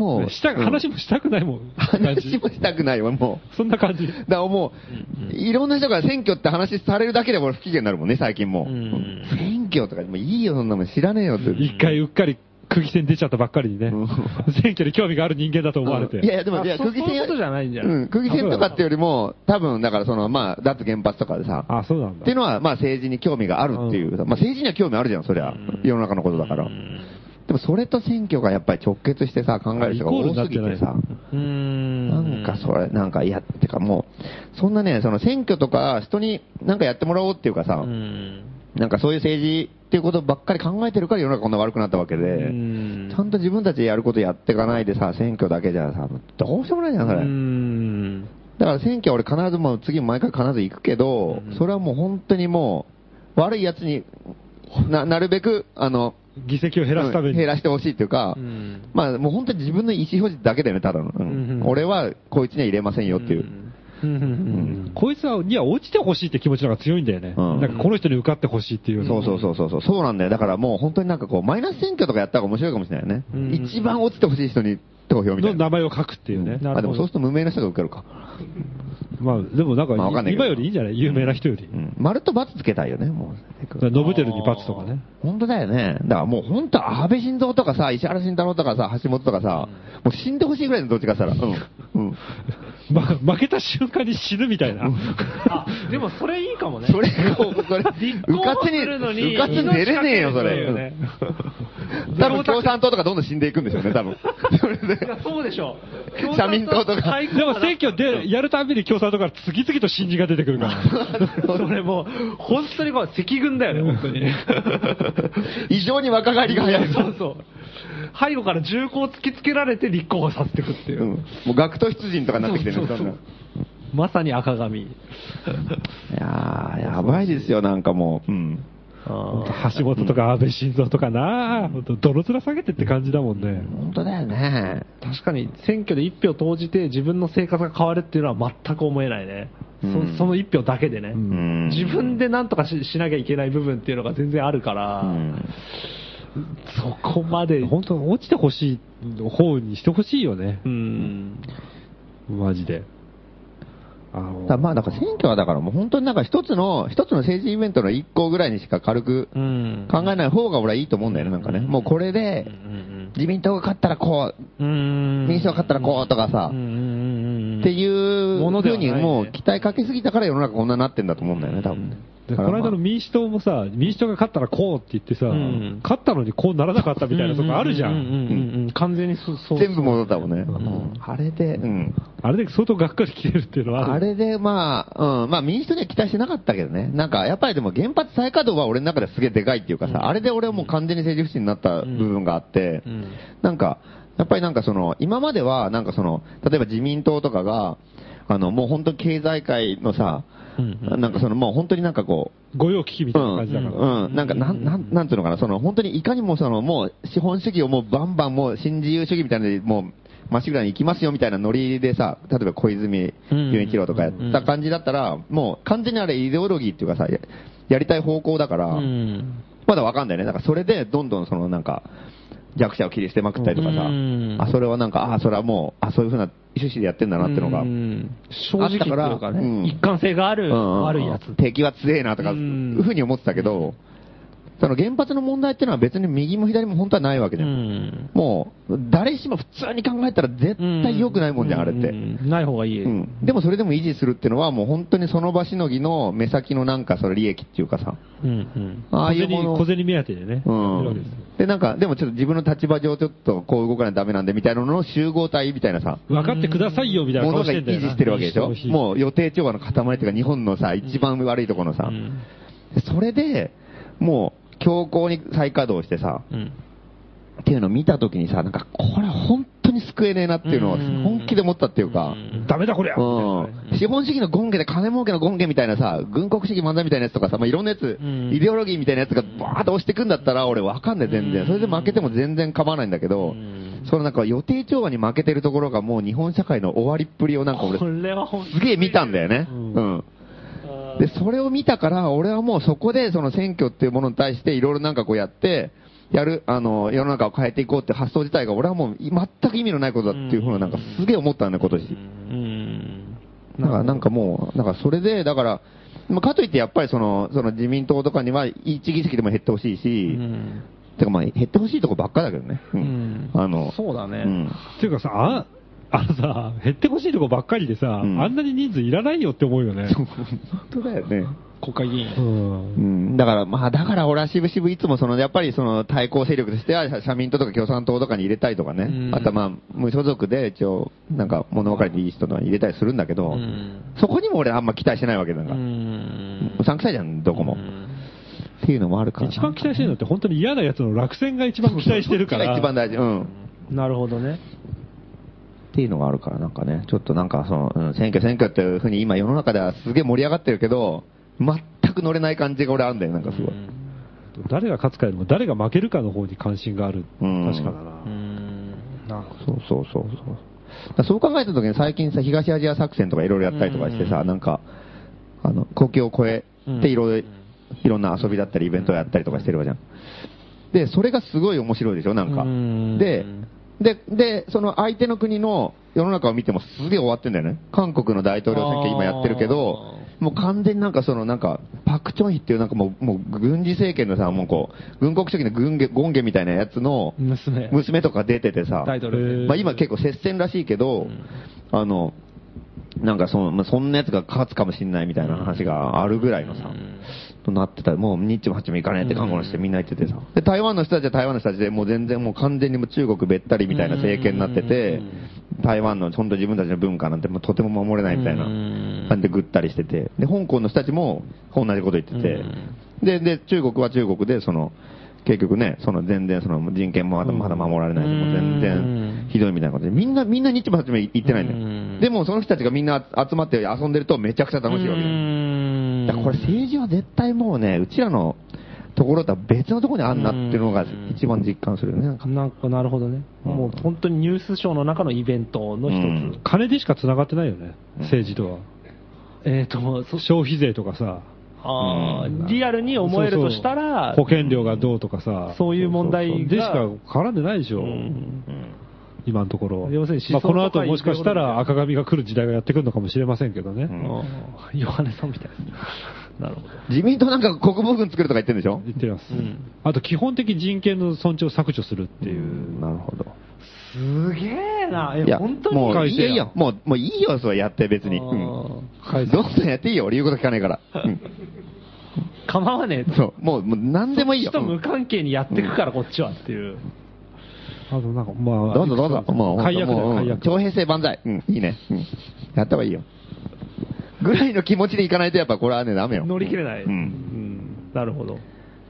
もう。 した、話もしたくないもん。 話もしたくないわ、もう。そんな感じ。 だからもう、いろんな人が選挙って話されるだけで俺不機嫌になるもんね、最近もう。選挙とか、もういいよ、そんなもん知らねえよって。 一回うっかり区議選出ちゃったばっかりにね。選挙に興味がある人間だと思われて。 いやいや、でも、いや、区議選。そういうことじゃないんじゃないうん、 区議選とかってよりも、多分、だからその、まあ、脱原発とかでさ。 あ、そうなんだ。 っていうのは、まあ、政治に興味があるっていう。まあ、政治には興味あるじゃん、そりゃ。世の中のことだから。でもそれと選挙がやっぱり直結してさ、考える人が多すぎてさ、なんかそれ、なんかいや、てかもう、そんなね、その選挙とか人になんかやってもらおうっていうかさ、なんかそういう政治っていうことばっかり考えてるから世の中こんな悪くなったわけで、ちゃんと自分たちでやることやっていかないでさ、選挙だけじゃさ、どうしようもないじゃん、それ。だから選挙は俺必ずもう次毎回必ず行くけど、それはもう本当にもう、悪い奴にな、なるべく、あの、 議席を減らすために、 うん、減らしてほしいっていうか、うん、まあもう本当に自分の意思表示だけだよね、ただの。うんうん、俺はこいつには入れませんよっていう。 うんうんうん、こいつはには落ちてほしいって気持ちの方が強いんだよね。うん、なんかこの人に受かってほしいっていう。 そうそうそうそうそう。そうなんだよ。だからもう本当になんかこう、マイナス選挙とかやった方が面白いかもしれないよね。うん、一番落ちてほしい人に投票みたいな。 の名前を書くっていうね。 うん、あ、でもそうすると無名な人が受かるか。 まあ、でもなんか、まあ、今よりいいんじゃない有名な人より。 うん。丸と×つけたいよね、もう。ノブテルに×とかね。 本当だよね。だからもう本当、安倍晋三とかさ、石原慎太郎とかさ、橋本とかさ、もう死んでほしいぐらいのどっちかしたら。うん。うん。 ま、負けた瞬間に死ぬみたいな。 あ、でもそれいいかもね。 それ、こう、それ、うかつに、うかつに出れねえよ、それ。多分共産党とかどんどん死んでいくんでしょうね、多分。 それで。いや、そうでしょう。社民党とか。 でも選挙でやるたびに共産党から次々と新人が出てくるから。 それもう、本当にこう、赤軍だよね、本当に。 異常に若返りが早い。 そうそう。背後から銃口を突きつけられて立候補させていくっていう。うん、 もう学徒出陣とかになってきてるんですよ。 まさに赤髪。いやー、やばいですよ、なんかもう。うん。 橋本とか安倍晋三とかなぁ、泥面下げてって感じだもんね。 本当だよね。 確かに選挙で一票投じて自分の生活が変わるっていうのは全く思えないね。うん、そ, その一票だけでね、うん。自分で何とか し, しなきゃいけない部分っていうのが全然あるから、うん、そこまで。 本当落ちてほしい方にしてほしいよね。うん。マジで。 あだまあだから選挙はだからもう本当になんか一つの一つの政治イベントの一個ぐらいにしか軽く考えない方が俺はいいと思うんだよね、なんかね。もうこれで自民党が勝ったらこう、民主党が勝ったらこうとかさ、っていうものでにもう期待かけすぎたから世の中こんなになってんだと思うんだよね、多分ね。 この間の民主党もさ、民主党が勝ったらこうって言ってさ、うん、勝ったのにこうならなかったみたいなとこあるじゃん。 完全にそそう。全部戻ったもんね。うん、あれで、うん。 あれで相当がっかり切れるっていうのはある。 あれで、まあ、うん、まあ民主党には期待してなかったけどね。なんか、やっぱりでも原発再稼働は俺の中ですげえでかいっていうかさ、うん、あれで俺はもう完全に政治不信になった部分があって、うんうん、なんか、やっぱりなんかその、今まではなんかその、例えば自民党とかが、あの、もう本当に経済界のさ、うんうん、なんかそのもう本当になんかこう、 御用聞きみたいな感じだから。 うん、うん、なんかなん、なん、なんていうのかな、その本当にいかにもそのもう資本主義をもうバンバンもう新自由主義みたいなのでもう、まっしぐらに行きますよみたいなノリでさ、例えば小泉純一郎とかやった感じだったら、もう完全にあれイデオロギーっていうかさ、や, やりたい方向だから、うん、まだわかんないね。だからそれでどんどんそのなんか、弱者を切り捨てまくったりとかさ、あ、それはなんか、あ、それはもう、あ、そういうふうな趣旨でやってんだなってのが、 正直っていうかね、うん、一貫性がある、悪いやつ。 敵は強えなとか、そういうふうに思ってたけど、その原発の問題っていうのは別に右も左も本当はないわけじゃん。うん、もう、誰しも普通に考えたら絶対良くないもんじゃん、あれって。 ない方がいい、 うん。でもそれでも維持するっていうのはもう本当にその場しのぎの目先のなんかその利益っていうかさ。うんうん、 ああいうもの。小銭目当てでね。うん。 で、なんか、でもちょっと自分の立場上ちょっとこう動かないとダメなんでみたいなのの集合体みたいなさ。 分かってくださいよみたいな顔してんだよな。 ものが維持してるわけでしょ。もう予定調和の塊っていうか日本のさ、一番悪いところのさ。うん、それで、もう、強行に再稼働してさ、うん、っていうのを見たときにさ、なんかこれ本当に救えねえなっていうのを本気で思ったっていうか、 ダメだこりゃ、 うん、資本主義の権下で金儲けの権下みたいなさ、軍国主義漫才みたいなやつとかさ、まあ、いろんなやつ、イデオロギーみたいなやつがバーッと押してくんだったら俺わかんない全然。それで負けても全然構わないんだけど、そのなんか予定調和に負けてるところがもう日本社会の終わりっぷりをなんか俺、すげえ見たんだよね。うん。で、それを見たから、俺はもうそこでその選挙っていうものに対していろいろなんかこうやって、 やる、あの、世の中を変えていこうって発想自体が、俺はもう全く意味のないことだっていうふうな、なんかすげえ思ったんだよ、今年。うん。だからなんかもう、なんかそれで、だから、まあ、かといってやっぱりその、その自民党とかにはいち議席でも減ってほしいし、うん、てかまあ減ってほしいとこばっかだけどね。うん。 あの、そうだね。うん。 っていうかさ、あ、あのさ、減ってほしいとこばっかりでさ、うん、あんなに人数いらないよって思うよね。 本当だよね。 国会議員。 うん。うん。だから、まあ、だから俺はしぶしぶいつもその、やっぱりその対抗勢力としては、社民党とか共産党とかに入れたりとかね。うん、あとまあ、無所属で一応、なんか物分かりでいい人とかに入れたりするんだけど、うん、そこにも俺あんま期待してないわけだから。うん。うさんくさいじゃん、どこも。うんっていうのもあるから。 一番期待してるのって本当に嫌なやつの落選が一番期待してるから。 一番大事。うん。 なるほどね。 っていうのがあるから、なんかね、ちょっとなんかその、うん、選挙選挙っていう風に今世の中ではすげえ盛り上がってるけど、全く乗れない感じが俺あるんだよ、なんかすごい。 誰が勝つかよりも誰が負けるかの方に関心がある。確かだな。うん。 なそうそうそうそう。そう考えた時に最近さ、東アジア作戦とかいろいろやったりとかしてさ、なんか、あの、国境を越えていろいろ、いろんな遊びだったりイベントをやったりとかしてるわじゃん。で、それがすごい面白いでしょ、なんか。で、で、で、その相手の国の世の中を見てもすげえ終わってんだよね。韓国の大統領選挙今やってるけど、もう完全になんかそのなんか、パクチョンヒっていうなんかもう、もう軍事政権のさ、もうこう、軍国主義の軍ゲ、ゴンゲみたいなやつの娘、娘とか出ててさ、まあ今結構接戦らしいけど、うん、あの、なんかその、まあ、そんなやつが勝つかもしれないみたいな話があるぐらいのさ、となってたら、もうニッチもハッチもいかないって看護してみんな言っててさ。で、台湾の人たちは台湾の人たちでもう全然もう完全にもう中国べったりみたいな政権になってて、台湾の本当自分たちの文化なんてもうとても守れないみたいな感じでぐったりしてて、で、香港の人たちも同じこと言ってて、で、で、中国は中国でその、結局ね、その全然その人権もまだまだ守られないし、もう全然ひどいみたいなことで、みんな、みんなニッチもサッチも言ってないんだよ。でもその人たちがみんな集まって遊んでるとめちゃくちゃ楽しいわけだよ。だからこれ政治は絶対もうね、うちらのところとは別のところにあんなっていうのが一番実感するよね。 なんか、なんかなるほどね。もう本当にニュースショーの中のイベントの一つ。うん、 金でしか繋がってないよね、政治とは。えっと、消費税とかさ。 あリアルに思えるとしたら、 そうそう保険料がどうとかさ、 そういう問題がそうそうでしか絡んでないでしょ、うんうん、今のところ。要するにまあ、この後もしかしたら赤髪が来る時代がやってくるのかもしれませんけどね。 うん、ヨハネさんみたいな。なるほど。 自民党なんか国防軍作るとか言ってるんでしょ。 言ってます、うん。あと基本的人権の尊重を削除するっていう。うん、 なるほど。 すげえな。え、本当にもういいよ。もう、もういいよ、それやって別に。うん、どんどんやっていいよ。俺言うこと聞かないから。うん構わねえと。 そう。もう、もう何でもいいよ。 そっちと無関係にやっていくから、こっちはっていう。 あとなんか、まあ。 どうぞどうぞ。もう、 解約だよ、解約。 徴兵制万歳。うん、いいね。うん。やった方がいいよ。ぐらいの気持ちでいかないとやっぱこれはね、ダメよ。 乗り切れない。うん。うん。なるほど。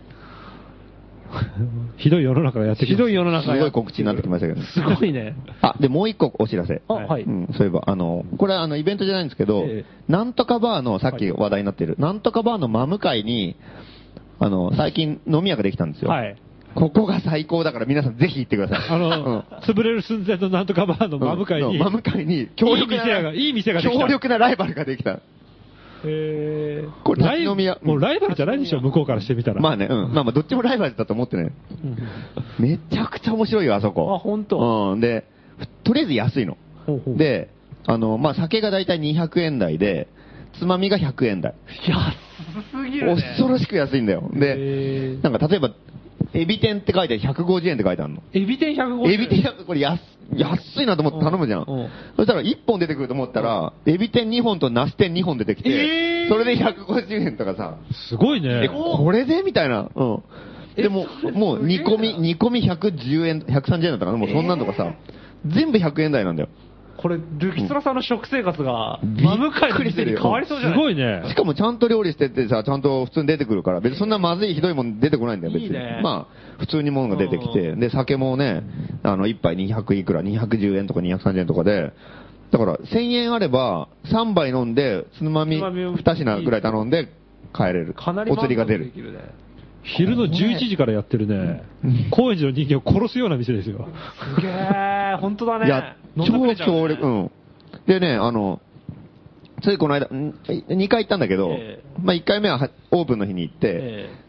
ひどい世の中がやってきた。ひどい世の中が。すごい告知になってきましたけど、ね。 すごいね。 あ、で、もう一個お知らせ。 あ、はい。 うん、そういえば、あの、これはあの、イベントじゃないんですけど、えー、なんとかバーの、さっき話題になっている、はい、なんとかバーのマム会に、あの、最近飲み屋ができたんですよ。はい。ここが最高だから皆さんぜひ行ってください。 あの、うん、潰れる寸前のなんとかバーのマム会に、 うん、マム会に強力な、 いい店が、いい店ができた。 強力なライバルができた。 へー。これ、ライ飲み屋。もうライバルじゃないでしょ、向こうからしてみたら。 まあね、うん。まあまあ、どっちもライバルだと思ってね。めちゃくちゃ面白いよ、あそこ。 あ、ほんと。 うん。で、とりあえず安いの。ほうほうで、あの、まあ、酒がだいたいにひゃくえん台で、つまみがひゃくえん台。 安すぎるね。 恐ろしく安いんだよ。で、なんか例えば、エビ天って書いてひゃくごじゅうえんって書いてあるの。 エビ天ひゃくごじゅうえん？ エビ天ひゃく、これ安、安いなと思って頼むじゃん。うんうん、そしたらいっぽん出てくると思ったら、エビ天にほんとナス天にほん出てきて、えー、それでひゃくごじゅうえんとかさ。 すごいね。 え、これでみたいな。うん。でも、もう煮込み、煮込みひゃくじゅうえん、ひゃくさんじゅうえんだったかな、もうそんなんとかさ、全部ひゃくえん台なんだよ。 これ、ルキツラさんの食生活が、マム界の店に変わりそうじゃない？ すごいね。 しかもちゃんと料理しててさ、ちゃんと普通に出てくるから、別にそんなまずいひどいもん出てこないんだよ、別に。いいね、まあ、普通にものが出てきて、で、酒もね、あの、一杯にひゃくいくら、にひゃくじゅうえんとかにひゃくさんじゅうえんとかで、だからせんえんあれば、さんばい飲んで、つまみに品ぐらい頼んで帰れる。 かなりお釣りが出る。 昼のじゅういちじからやってるね、高円寺の人間を殺すような店ですよ。 すげー、本当だね。いや、 超強力、うん。でね、あの、ついこの間、にかい行ったんだけど、えー、まあいっかいめはオープンの日に行って、え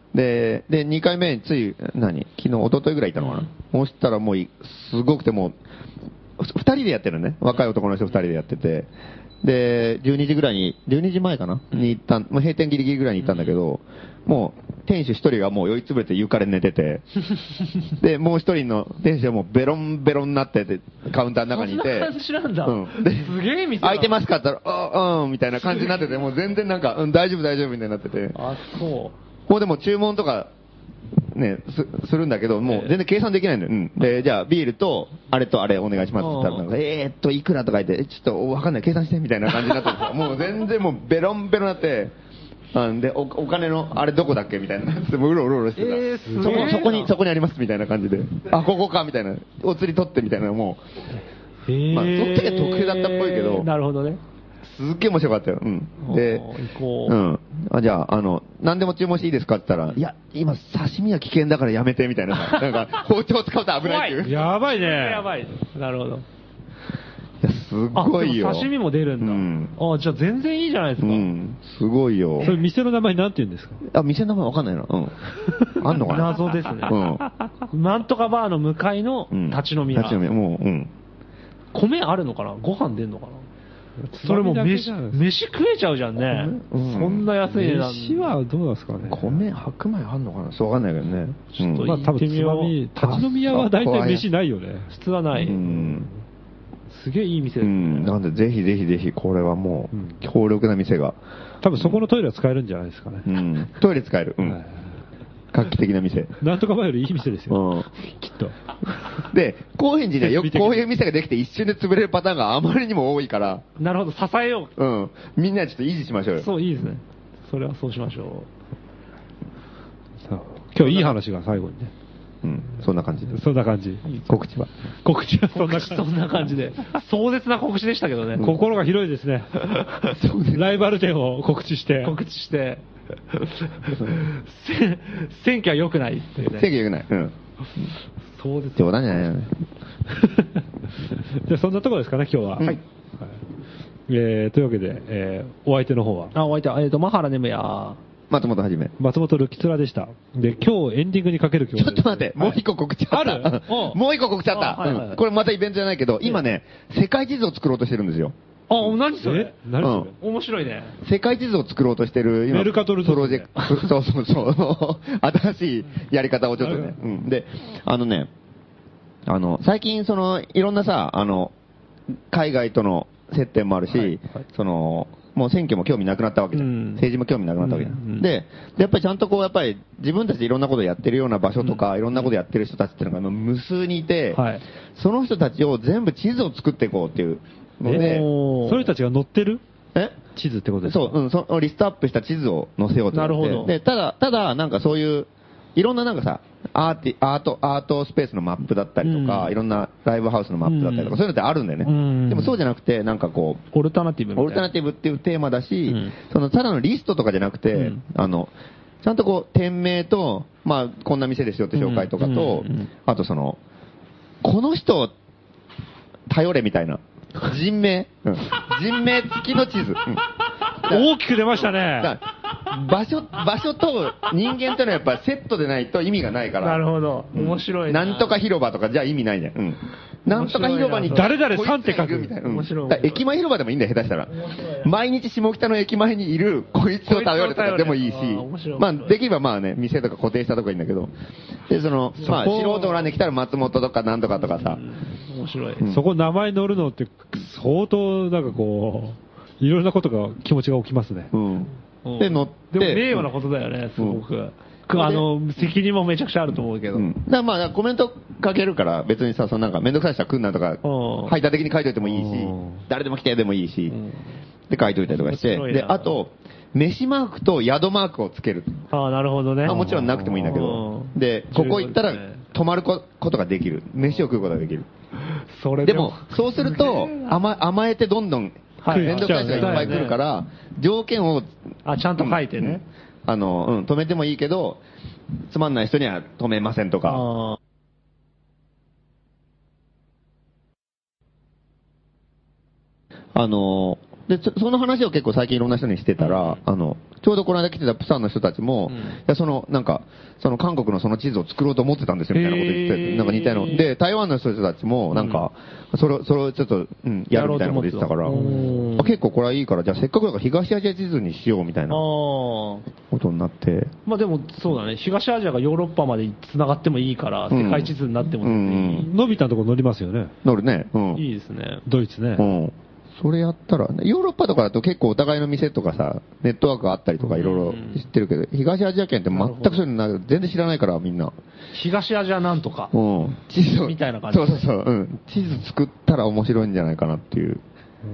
で、で、にかいめ、つい、何昨日、一昨日ぐらい行ったのかな、うん、そしたらもう、すごくてもう、二人でやってるね。若い男の人二人でやってて。で、じゅうにじぐらいに、じゅうにじまえかなに行った、もう閉店ギリギリぐらいに行ったんだけど、もう、店主一人がもう酔いつぶれて床で寝てて、で、もう一人の店主はもうベロンベロンになってて、カウンターの中にいて、そんな感じなんだ。 うん。で、 すげえ店空いてますかって言ったら、あ、うん、みたいな感じになってて、もう全然なんか、うん、大丈夫大丈夫みたいになってて。 あ、そう。 もうでも注文とか、ね、す、するんだけど、もう全然計算できないんだよ。うん。で、じゃあ、ビールと、あれとあれお願いしますって言ったら、なんか、えーっと、いくらとか言って、ちょっとわかんない、計算してみたいな感じになってるんですよ。もう全然もうベロンベロンになって、あんでお、お金の、あれどこだっけみたいな。でもうろうろうろしてた。えー、そこ、そこに、そこにありますみたいな感じで。あ、ここかみたいな。お釣り取ってみたいな、もう。へー。まあ、そっちが特殊だったっぽいけど。 なるほどね。 すっげえ面白かったよ。うん。で、 行こう。 うん。あ、じゃあ、あの、何でも注文していいですかって言ったら、いや、今、刺身は危険だからやめて、みたいな。なんか、包丁使うと危ないっていう。 やばいね。 やばい。なるほど。いや、すごいよ。 刺身も出るんだ。うん。あ、じゃあ全然いいじゃないですか。 うん。すごいよ。 それ店の名前なんて言うんですか？ あ、店の名前わかんないな。うん。あんのかな？ 謎ですね。うん。なんとかバーの向かいの立ち飲み屋。 立ち飲み屋、もう、うん。 米あるのかな？ご飯出んのかな？それも飯、飯食えちゃうじゃんね。うん、そんな安い値段。 飯はどうなんですかね。 米、白米あんのかなそうわかんないけどね。 ちょっとまあ多分つまみ、立ち飲み屋は大体飯ないよね。 普通はない。うん。すげえいい店ですね。 うん。なんでぜひぜひぜひ、これはもう、強力な店が。 多分そこのトイレは使えるんじゃないですかね。 うん。トイレ使える。うん。画期的な店。 なんとか前よりいい店ですよ。うん。きっと。 で、高円寺にはよくこういう店ができて一瞬で潰れるパターンがあまりにも多いから。 なるほど、支えよう。うん。みんなちょっと維持しましょうよ。 そう、いいですね。それはそうしましょう。今日いい話が最後にね。 うん。そんな感じで。 そんな感じ。 告知は。 告知はそんな感じ。そんな感じで。壮絶な告知でしたけどね。 心が広いですね。ライバル店を告知して。 告知して。選挙は良くないっていうね。 選挙良くない。うん。 そうです。 冗談じゃないよね。 じゃあそんなところですかね、今日は。はい。えー、というわけで、えー、お相手の方は。 あ、お相手は、えっと、マハラネムヤ。 松本はじめ。 松本るきつらでした。で、今日エンディングにかける曲。 ちょっと待って、もう一個告知あった。あるもう一個告知あった。これまたイベントじゃないけど、今ね、世界地図を作ろうとしてるんですよ。 あ、何それ何それ面白いね。 世界地図を作ろうとしてる、 今、メルカトルプロジェクト、そうそうそう、新しいやり方をちょっとね。うん。で、あのね、あの、最近その、いろんなさ、あの、海外との接点もあるし、その、もう選挙も興味なくなったわけじゃん。うん、政治も興味なくなったわけじゃん。うん、で、やっぱりちゃんとこう、やっぱり自分たちでいろんなことをやってるような場所とか、うん、いろんなことやってる人たちっていうのが無数にいて、はい、その人たちを全部地図を作っていこうっていうので、 その人たちが載ってるえ地図ってことですか？ そう、うん、そのリストアップした地図を載せようと思って。なるほど。で、ただ、ただ、なんかそういう、いろんななんかさ、アーティ、アート、アートスペースのマップだったりとか、うん、いろんなライブハウスのマップだったりとか、うん、そういうのってあるんだよね。うん、でもそうじゃなくて、なんかこう、 オルタナティブみたいな。 オルタナティブっていうテーマだし、うん、そのただのリストとかじゃなくて、うん、あの、ちゃんとこう、店名と、まあ、こんな店ですよって紹介とかと、うん、あとその、この人を頼れみたいな。人名、うん、人名付きの地図。うん、 大きく出ましたね。 場所、場所と人間というのはやっぱセットでないと意味がないから。 なるほど。面白いな。なんとか広場とかじゃ意味ないじゃん。うん。なんとか広場に誰々さんって書くみたいな。面白い。駅前広場でもいいんだよ、下手したら。毎日下北の駅前にいるこいつを頼るとかでもいいし。まあ、できればまあね、店とか固定したとかいいんだけど。で、その、まあ、素人がね、来たら松本とかなんとかとかさ。 面白い。 そこ名前乗るのって相当なんかこう、いろんなことが気持ちが起きますね。 うん。で、乗って。 でも名誉なことだよね、すごく。うん、あの、責任もめちゃくちゃあると思うけど。うん、 だからまあ、コメントかけるから、別にさ、そのなんか、めんどくさい人は来んなとか、排他的に書いといてもいいし、誰でも来てでもいいし、で書いといたりとかして、で、あと、飯マークと宿マークをつける。 ああ、なるほどね。 まあもちろんなくてもいいんだけど、で、ここ行ったら泊まることができる。飯を食うことができる。 それでも、そうすると、甘甘えてどんどん、めんどくさい人がいっぱい来るから、条件を、 あ、ちゃんと書いてね。 あの、うん、止めてもいいけど、つまんない人には止めませんとか。あ, あの、 で、その話を結構最近いろんな人にしてたら、うん、あの、ちょうどこの間来てたプサンの人たちも、うん、いや、その、なんか、その韓国のその地図を作ろうと思ってたんですよ、みたいなこと言って、なんか似たような。で、台湾の人たちも、なんか、うん、それ、それをちょっと、うん、やるみたいなこと言ってたから、結構これはいいから、じゃあせっかくだから東アジア地図にしようみたいなことになって。 まあでも、そうだね、東アジアがヨーロッパまで繋がってもいいから、世界地図になっても全然いい。 のび太のとこ乗りますよね。 乗るね。うん。 いいですね。 ドイツね。 うん。それやったら、ヨーロッパとかだと結構お互いの店とかさ、ネットワークがあったりとかいろいろ知ってるけど、東アジア圏って全くそういうのない、全然知らないからみんな。 東アジアなんとか。 うん。地図みたいな感じ。 そうそうそう。うん。地図作ったら面白いんじゃないかなっていう。 うん、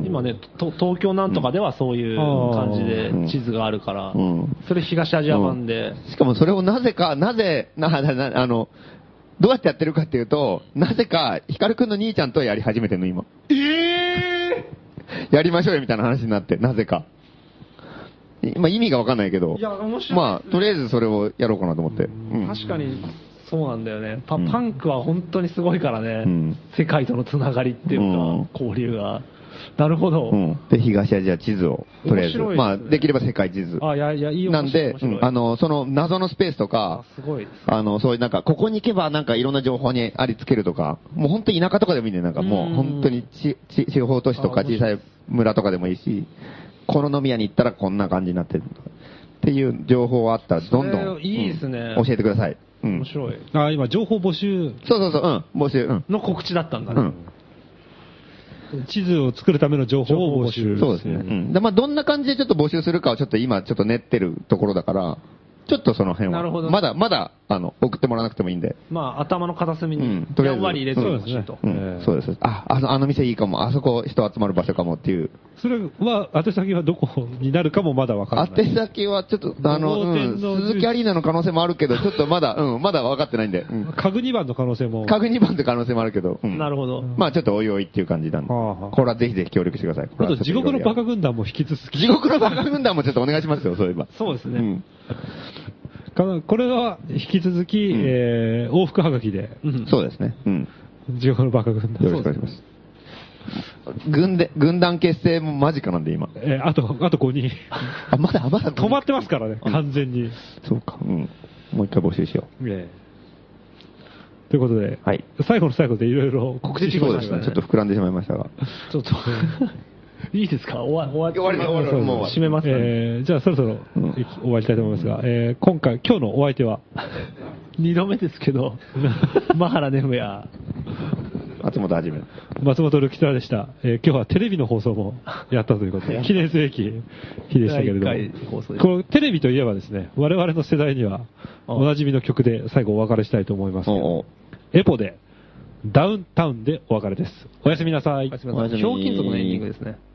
今ね、東京なんとかではそういう感じで地図があるから、うん、それ東アジア版で、 うん。しかもそれをなぜか、なぜ、な、な、な、あの、どうやってやってるかっていうと、なぜか、ヒカルくんの兄ちゃんとやり始めてんの、今。 ええー、やりましょうよ、みたいな話になって、なぜか。まあ意味がわかんないけど。 いや、面白い、 まあ、とりあえずそれをやろうかなと思って。 うん、確かに、そうなんだよね。パ, パンクは本当にすごいからね。うん、世界とのつながりっていうか、うん、交流が。なるほど、 うん。で、東アジア地図を、とりあえず。ね、まあ、できれば世界地図。 あ、いやいや、いいよ。 なんで、うん、あの、その謎のスペースとか、 すごい。 あの、そういうなんか、ここに行けばなんかいろんな情報にありつけるとか、もう本当に田舎とかでもいいんだよ。なんかもう本当にちち地方都市とか小さい村とかでもいいし、この飲み屋に行ったらこんな感じになってるっていう情報があったらどんどん、 いいですね、 うん、教えてください。 うん、面白い。 あ、今情報募集。 そうそうそう、うん、募集。うん。 の告知だったんだね。うん地図を作るための情報を募集。 そうですね。うん。で、まあ、どんな感じでちょっと募集するかをちょっと今ちょっと練ってるところだから、ちょっとその辺は。 なるほど。 まだ、まだ、あの、送ってもらわなくてもいいんで。 まあ、頭の片隅に、やんわり入れてほしいと。 うん。そうです。あ、あの、あの店いいかも。あそこ人集まる場所かもっていう。 それは、宛先はどこになるかもまだわからない。 宛先はちょっと、あの、うん、鈴木アリーナの可能性もあるけど、ちょっとまだ、うん、まだ分かってないんで。うん。 家具にばんの可能性も。 家具にばんって可能性もあるけど。 うん。なるほど。 まあ、ちょっとおいおいっていう感じなんで。これはぜひぜひ協力してください。 あと、地獄のバカ軍団も引き続き。 地獄のバカ軍団もちょっとお願いしますよ、そういえば。 そうですね。うん。 これは引き続き、うん、えー、往復はがきで、 うん。そうですね。うん。 地獄のバカ軍団。 よろしくお願いします。軍で、軍団結成も間近なんで今。 えー、あと、あとごにん。 あ、まだ、まだ。 止まってますからね、完全に。 そうか。うん。もう一回募集しよう。 えー、ということで、 はい。 最後の最後でいろいろ告知しましたね。そうですね。 ちょっと膨らんでしまいましたが。 ちょっと。いいですか終わ終わ終わり終わり終わりもう締めます、ねえー、じゃあそろそろ、うん、終わりたいと思いますが、えー、今回、今日のお相手は二度目ですけど、マハラネムヤ。 松本はじめ。 松本るきたらでした、えー。今日はテレビの放送もやったということで、記念すべき日でしたけれども、このテレビといえばですね、我々の世代にはおなじみの曲で最後お別れしたいと思いますけど、エポで、ダウンタウンでお別れです。おやすみなさい。 ひょうきん族のエンディングですね。